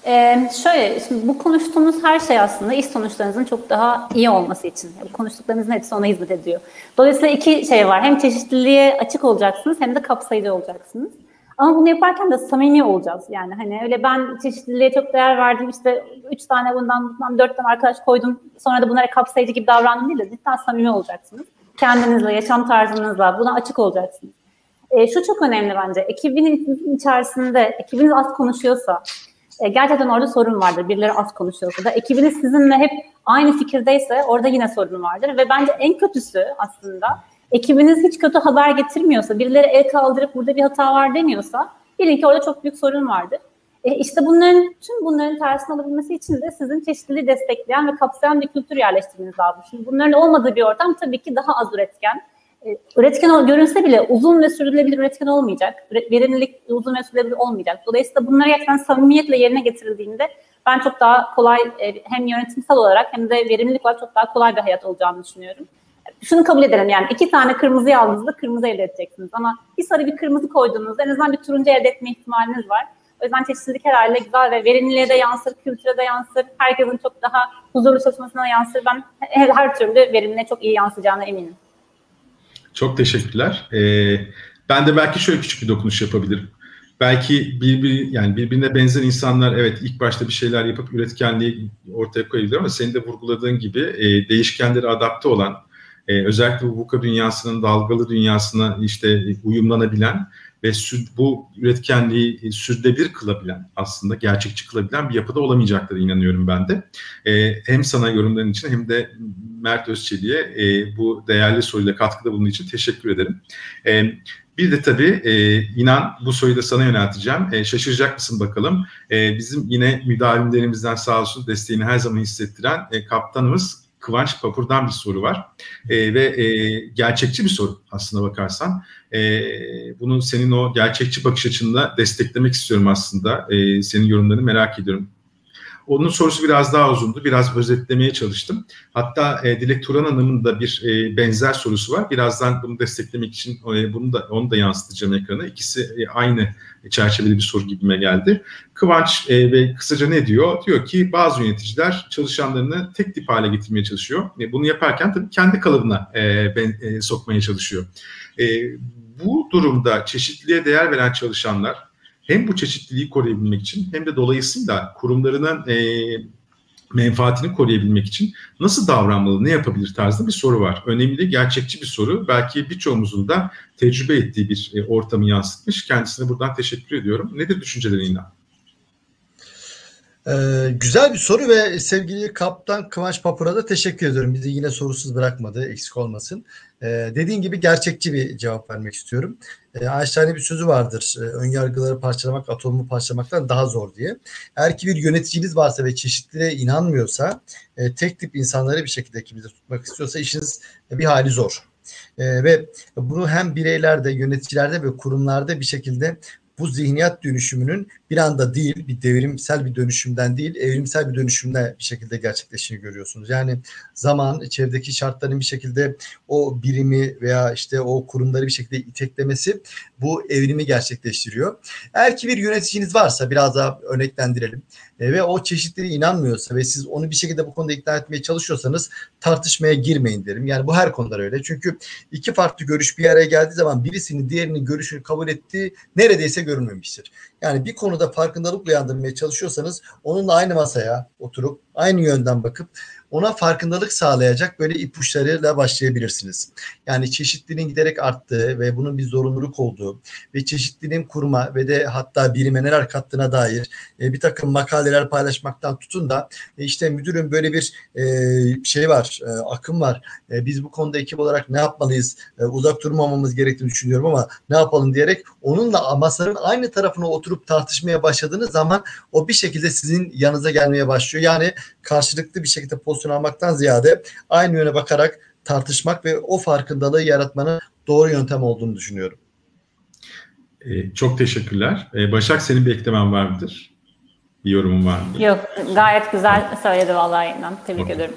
Şöyle, şimdi bu konuştuğumuz her şey aslında iş sonuçlarınızın çok daha iyi olması için. Bu konuştuklarımızın hepsi ona hizmet ediyor. Dolayısıyla iki şey var. Hem çeşitliliğe açık olacaksınız hem de kapsayıcı olacaksınız. Ama bunu yaparken de samimi olacağız. Yani hani öyle ben çeşitliliğe çok değer verdim, işte 3 tane bundan 4 tane arkadaş koydum, sonra da bunlara kapsayıcı gibi davrandım değil de cidden samimi olacaksınız. Kendinizle, yaşam tarzınızla buna açık olacaksınız. Şu çok önemli bence. Ekibinizin içerisinde, ekibiniz az konuşuyorsa, gerçekten orada sorun vardır. Birileri az konuşuyorsa da, ekibiniz sizinle hep aynı fikirdeyse orada yine sorun vardır. Ve bence en kötüsü aslında, ekibiniz hiç kötü haber getirmiyorsa, birileri el kaldırıp burada bir hata var demiyorsa, bilin ki orada çok büyük sorun vardır. İşte tüm bunların tersine alabilmesi için de sizin çeşitliliği destekleyen ve kapsayan bir kültür yerleştirmeniz lazım. Şimdi bunların olmadığı bir ortam tabii ki daha az üretken. Üretken görünse bile uzun ve sürdürülebilir üretken olmayacak. Verimlilik uzun ve sürdürülebilir olmayacak. Dolayısıyla bunlar gerçekten samimiyetle yerine getirildiğinde ben çok daha kolay, hem yönetimsel olarak hem de verimlilik olarak çok daha kolay bir hayat olacağını düşünüyorum. Şunu kabul edelim, yani 2 tane kırmızı aldığınızda kırmızı elde edeceksiniz. Ama bir sarı bir kırmızı koyduğunuzda en azından bir turuncu elde etme ihtimaliniz var. O yüzden çeşitlilik herhalde güzel ve verimliliğe de yansır, kültüre de yansır. Herkesin çok daha huzurlu çalışmasına yansır. Ben her türlü verimliliğe çok iyi yansıyacağına eminim. Çok teşekkürler. Ben de belki şöyle küçük bir dokunuş yapabilirim. Belki yani birbirine benzer insanlar evet ilk başta bir şeyler yapıp üretkenliği ortaya koyabilir ama senin de vurguladığın gibi değişkenlere adapte olan, özellikle bu VUCA dünyasının dalgalı dünyasına işte uyumlanabilen ve bu üretkenliği sürdürülebilir kılabilen, aslında gerçekçi kılabilen bir yapıda olamayacaklarına inanıyorum ben de. Hem sana yorumların için hem de Mert Özçelik'e bu değerli soruyla katkıda bulunduğu için teşekkür ederim. Bir de tabii inan bu soruyu da sana yönelteceğim. Şaşıracak mısın bakalım. Bizim yine müdavimlerimizden sağ olsun desteğini her zaman hissettiren kaptanımız Kıvanç Papur'dan bir soru var. Ve gerçekçi bir soru aslına bakarsan. Bunu senin o gerçekçi bakış açınla desteklemek istiyorum aslında. Senin yorumlarını merak ediyorum. Onun sorusu biraz daha uzundu. Biraz özetlemeye çalıştım. Hatta Dilek Turan Hanım'ın da bir benzer sorusu var. Birazdan bunu desteklemek için onu da yansıtacağım ekrana. İkisi aynı çerçeveli bir soru gibime geldi. Kıvanç ve kısaca ne diyor? Diyor ki bazı yöneticiler çalışanlarını tek tip hale getirmeye çalışıyor. Bunu yaparken tabii kendi kalıbına sokmaya çalışıyor. Bu durumda çeşitliliğe değer veren çalışanlar hem bu çeşitliliği koruyabilmek için hem de dolayısıyla kurumlarının menfaatini koruyabilmek için nasıl davranmalı, ne yapabilir tarzında bir soru var. Önemli, gerçekçi bir soru. Belki birçoğumuzun da tecrübe ettiği bir ortamı yansıtmış. Kendisine buradan teşekkür ediyorum. Nedir düşüncelerin İlhan? Güzel bir soru ve sevgili Kaptan Kıvanç Papur'a da teşekkür ediyorum. Bizi yine sorusuz bırakmadı, eksik olmasın. Dediğin gibi gerçekçi bir cevap vermek istiyorum. Einstein'ın bir sözü vardır. Önyargıları parçalamak atomu parçalamaktan daha zor diye. Eğer ki bir yöneticiniz varsa ve çeşitliliğe inanmıyorsa, tek tip insanları bir şekilde ekibinizde tutmak istiyorsa işiniz bir hali zor. Ve bunu hem bireylerde, yöneticilerde ve kurumlarda bir şekilde bu zihniyet dönüşümünün bir anda değil, bir devrimsel bir dönüşümden değil, evrimsel bir dönüşümle bir şekilde gerçekleştiğini görüyorsunuz. Yani zaman, çevredeki şartların bir şekilde o birimi veya işte o kurumları bir şekilde iteklemesi bu evrimi gerçekleştiriyor. Eğer ki bir yöneticiniz varsa, biraz daha örneklendirelim ve o çeşitliliğe inanmıyorsa ve siz onu bir şekilde bu konuda ikna etmeye çalışıyorsanız tartışmaya girmeyin derim. Yani bu her konuda öyle. Çünkü iki farklı görüş bir araya geldiği zaman birisinin diğerinin görüşünü kabul ettiği neredeyse görülmemiştir. Yani bir konuda farkındalık uyandırmaya çalışıyorsanız onunla aynı masaya oturup aynı yönden bakıp ona farkındalık sağlayacak böyle ipuçlarıyla başlayabilirsiniz. Yani çeşitliliğin giderek arttığı ve bunun bir zorunluluk olduğu ve çeşitliliğin kurma ve de hatta birime neler kattığına dair bir takım makaleler paylaşmaktan tutun da işte müdürüm böyle bir şey var, akım var. Biz bu konuda ekip olarak ne yapmalıyız? Uzak durmamamız gerektiğini düşünüyorum ama ne yapalım diyerek onunla masanın aynı tarafına oturup tartışmaya başladığınız zaman o bir şekilde sizin yanınıza gelmeye başlıyor. Yani karşılıklı bir şekilde pozisyon almaktan ziyade aynı yöne bakarak tartışmak ve o farkındalığı yaratmanın doğru yöntem olduğunu düşünüyorum. Çok teşekkürler. Başak, senin bir eklemen var mıdır? Bir yorumum var mı? Yok, gayet güzel söyledi vallahi İnan. Tebrik ederim.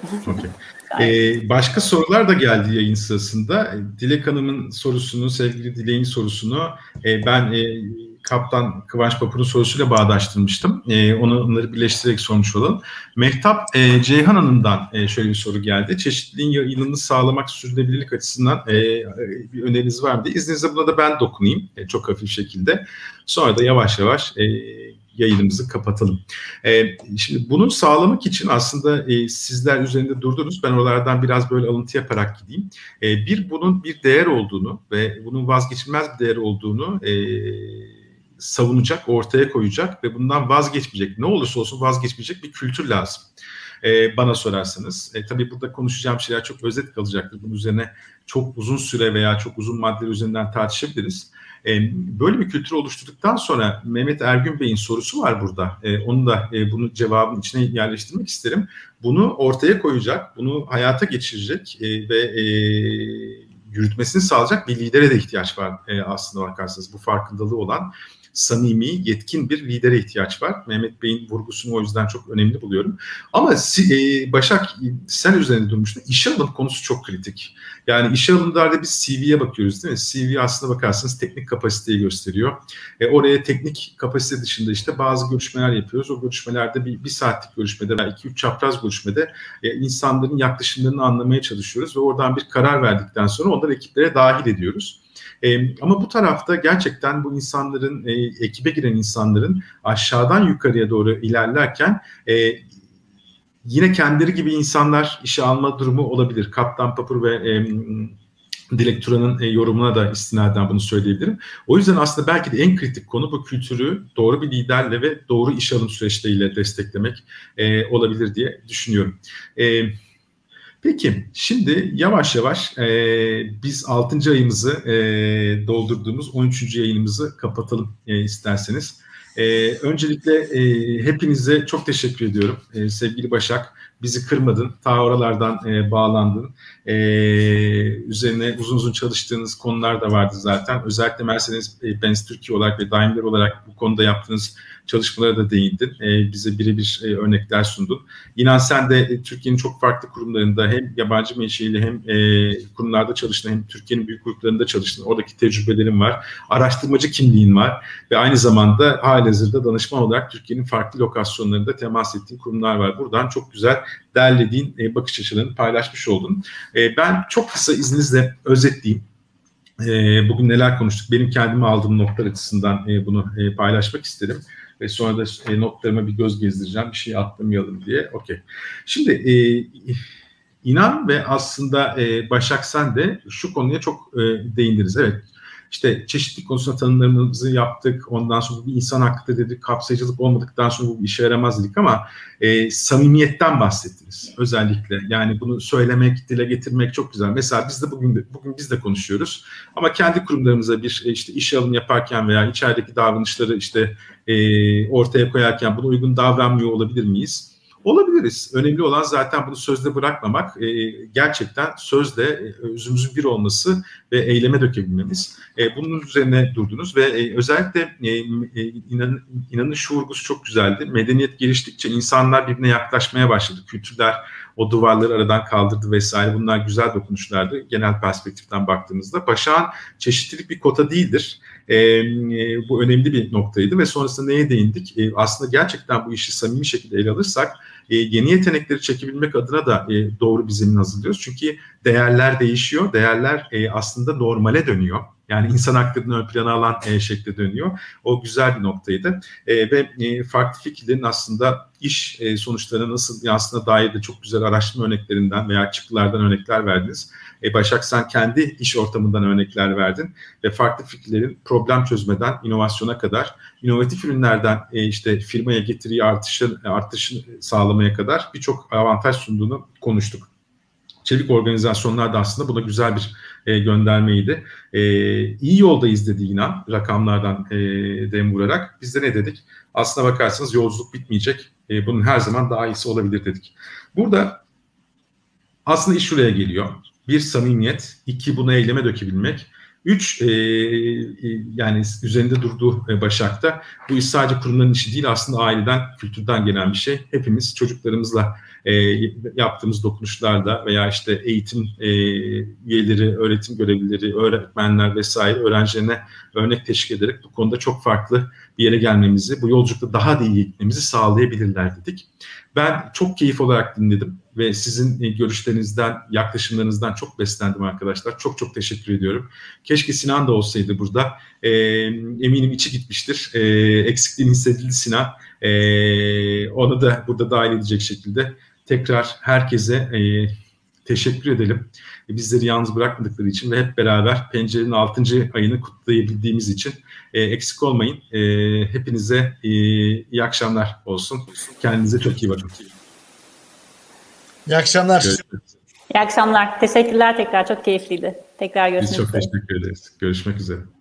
Başka sorular da geldi yayın sırasında. Dilek Hanım'ın sorusunu, sevgili Dilek'in sorusunu ben Kaptan Kıvanç Papur'un sorusuyla bağdaştırmıştım. Onları birleştirerek sormuş olalım. Mehtap Ceyhan Hanım'dan şöyle bir soru geldi. Çeşitliliğin yayılımını sağlamak sürdürülebilirlik açısından bir öneriniz var mı diye. İzninizle buna da ben dokunayım çok hafif şekilde. Sonra da yavaş yavaş yayınımızı kapatalım. Şimdi bunu sağlamak için aslında sizler üzerinde durdunuz. Ben oralardan biraz böyle alıntı yaparak gideyim. Bunun bir değer olduğunu ve bunun vazgeçilmez bir değer olduğunu savunacak, ortaya koyacak ve bundan vazgeçmeyecek, ne olursa olsun vazgeçmeyecek bir kültür lazım. Bana sorarsanız. Tabii burada konuşacağım şeyler çok özet kalacaktır. Bunun üzerine çok uzun süre veya çok uzun maddeler üzerinden tartışabiliriz. Böyle bir kültür oluşturduktan sonra Mehmet Ergün Bey'in sorusu var burada. Onu da bunu cevabın içine yerleştirmek isterim. Bunu ortaya koyacak, bunu hayata geçirecek ve yürütmesini sağlayacak bir lidere de ihtiyaç var aslında bakarsanız. Bu farkındalığı olan samimi, yetkin bir lidere ihtiyaç var. Mehmet Bey'in vurgusunu o yüzden çok önemli buluyorum. Ama Başak sen üzerinde durmuştun. İşe alım konusu çok kritik. Yani işe alımlarda biz CV'ye bakıyoruz değil mi? CV aslında bakarsanız teknik kapasiteyi gösteriyor. Oraya teknik kapasite dışında işte bazı görüşmeler yapıyoruz. O görüşmelerde bir saatlik görüşmede veya 2-3 çapraz görüşmede insanların yaklaşımlarını anlamaya çalışıyoruz ve oradan bir karar verdikten sonra onları ekiplere dahil ediyoruz. Ama bu tarafta gerçekten bu insanların, ekibe giren insanların aşağıdan yukarıya doğru ilerlerken yine kendileri gibi insanlar işe alma durumu olabilir. Kaptan Papur ve Dilek Turan'ın yorumuna da istinaden bunu söyleyebilirim. O yüzden aslında belki de en kritik konu bu kültürü doğru bir liderle ve doğru iş alım süreçleriyle desteklemek olabilir diye düşünüyorum. Peki, şimdi yavaş yavaş biz 6. ayımızı doldurduğumuz 13. yayınımızı kapatalım isterseniz. Öncelikle hepinize çok teşekkür ediyorum. Sevgili Başak, bizi kırmadın, ta oralardan bağlandın. Üzerine uzun uzun çalıştığınız konular da vardı zaten. Özellikle Mercedes-Benz Türkiye olarak ve daimler olarak bu konuda yaptığınız çalışmalara da değindin. Bize birebir örnekler sundun. İnan sen de Türkiye'nin çok farklı kurumlarında hem yabancı menşeili hem kurumlarda çalıştın, hem Türkiye'nin büyük gruplarında çalıştın. Oradaki tecrübelerin var. Araştırmacı kimliğin var. Ve aynı zamanda halihazırda danışman olarak Türkiye'nin farklı lokasyonlarında temas ettiğin kurumlar var. Buradan çok güzel derlediğin bakış açılarını paylaşmış oldun. Ben çok kısa izninizle özetleyeyim. Bugün neler konuştuk? Benim kendime aldığım notlar açısından bunu paylaşmak isterim. Ve sonra da notlarıma bir göz gezdireceğim. Bir şey atlamayalım diye. Okey. Şimdi İnan ve aslında Başak sen de şu konuya çok değindiniz. Evet. İşte çeşitlilik konusunda tanımlarımızı yaptık. Ondan sonra bir insan hakkı dedik. Kapsayıcılık olmadıktan sonra bu işe yaramaz dedik ama samimiyetten bahsettiniz özellikle. Yani bunu söylemek, dile getirmek çok güzel. Mesela biz de bugün biz de konuşuyoruz. Ama kendi kurumlarımıza bir işte işe alım yaparken veya içerideki davranışları işte ortaya koyarken buna uygun davranmıyor olabilir miyiz? Olabiliriz. Önemli olan zaten bunu sözde bırakmamak, gerçekten sözle özümüzün bir olması ve eyleme dökebilmemiz. Bunun üzerine durdunuz ve özellikle inanın şu vurgusu çok güzeldi. Medeniyet geliştikçe insanlar birbirine yaklaşmaya başladı. Kültürler o duvarları aradan kaldırdı vesaire. Bunlar güzel dokunuşlardı genel perspektiften baktığımızda. Başak'ın çeşitlilik bir kota değildir. Bu önemli bir noktaydı ve sonrasında neye değindik? Aslında gerçekten bu işi samimi şekilde ele alırsak yeni yetenekleri çekebilmek adına da doğru bir zemin hazırlıyoruz. Çünkü değerler değişiyor. Değerler aslında normale dönüyor. Yani insan haklarını ön plana alan şekilde dönüyor. O güzel bir noktaydı. Ve farklı fikirlerin aslında iş sonuçlarına nasıl yansıdığına dair de çok güzel araştırma örneklerinden veya çıktılardan örnekler verdiniz. Başak sen kendi iş ortamından örnekler verdin ve farklı fikirlerin problem çözmeden inovasyona kadar, inovatif ürünlerden işte firmaya getiriyi artışını sağlamaya kadar birçok avantaj sunduğunu konuştuk. Çevik organizasyonlar da aslında buna güzel bir göndermeydi. İyi yoldayız dedi İnan rakamlardan dem vurarak. Biz de ne dedik? Aslına bakarsanız yolculuk bitmeyecek. Bunun her zaman daha iyisi olabilir dedik. Burada aslında iş şuraya geliyor. Bir samimiyet, iki bunu eyleme dökebilmek 3, yani üzerinde durduğu Başak'ta, bu iş sadece kurumların işi değil, aslında aileden, kültürden gelen bir şey. Hepimiz çocuklarımızla yaptığımız dokunuşlarda veya işte eğitim üyeleri, öğretim görevlileri, öğretmenler vesaire öğrencilerine örnek teşkil ederek bu konuda çok farklı bir yere gelmemizi, bu yolculukta daha da iyi gitmemizi sağlayabilirler dedik. Ben çok keyif olarak dinledim ve sizin görüşlerinizden, yaklaşımlarınızdan çok beslendim arkadaşlar. Çok çok teşekkür ediyorum. Keşke Sinan da olsaydı burada. Eminim içi gitmiştir. Eksikliğini hissedildi Sinan. Onu da burada dahil edecek şekilde tekrar herkese teşekkür edelim. Bizleri yalnız bırakmadıkları için ve hep beraber Pencerenin 6. ayını kutlayabildiğimiz için eksik olmayın. Hepinize iyi akşamlar olsun. Kendinize çok iyi bakın. İyi akşamlar. Görüşmek üzere. İyi akşamlar. Teşekkürler tekrar. Çok keyifliydi. Tekrar görüşmek üzere. Biz çok teşekkür ederiz. Görüşmek üzere.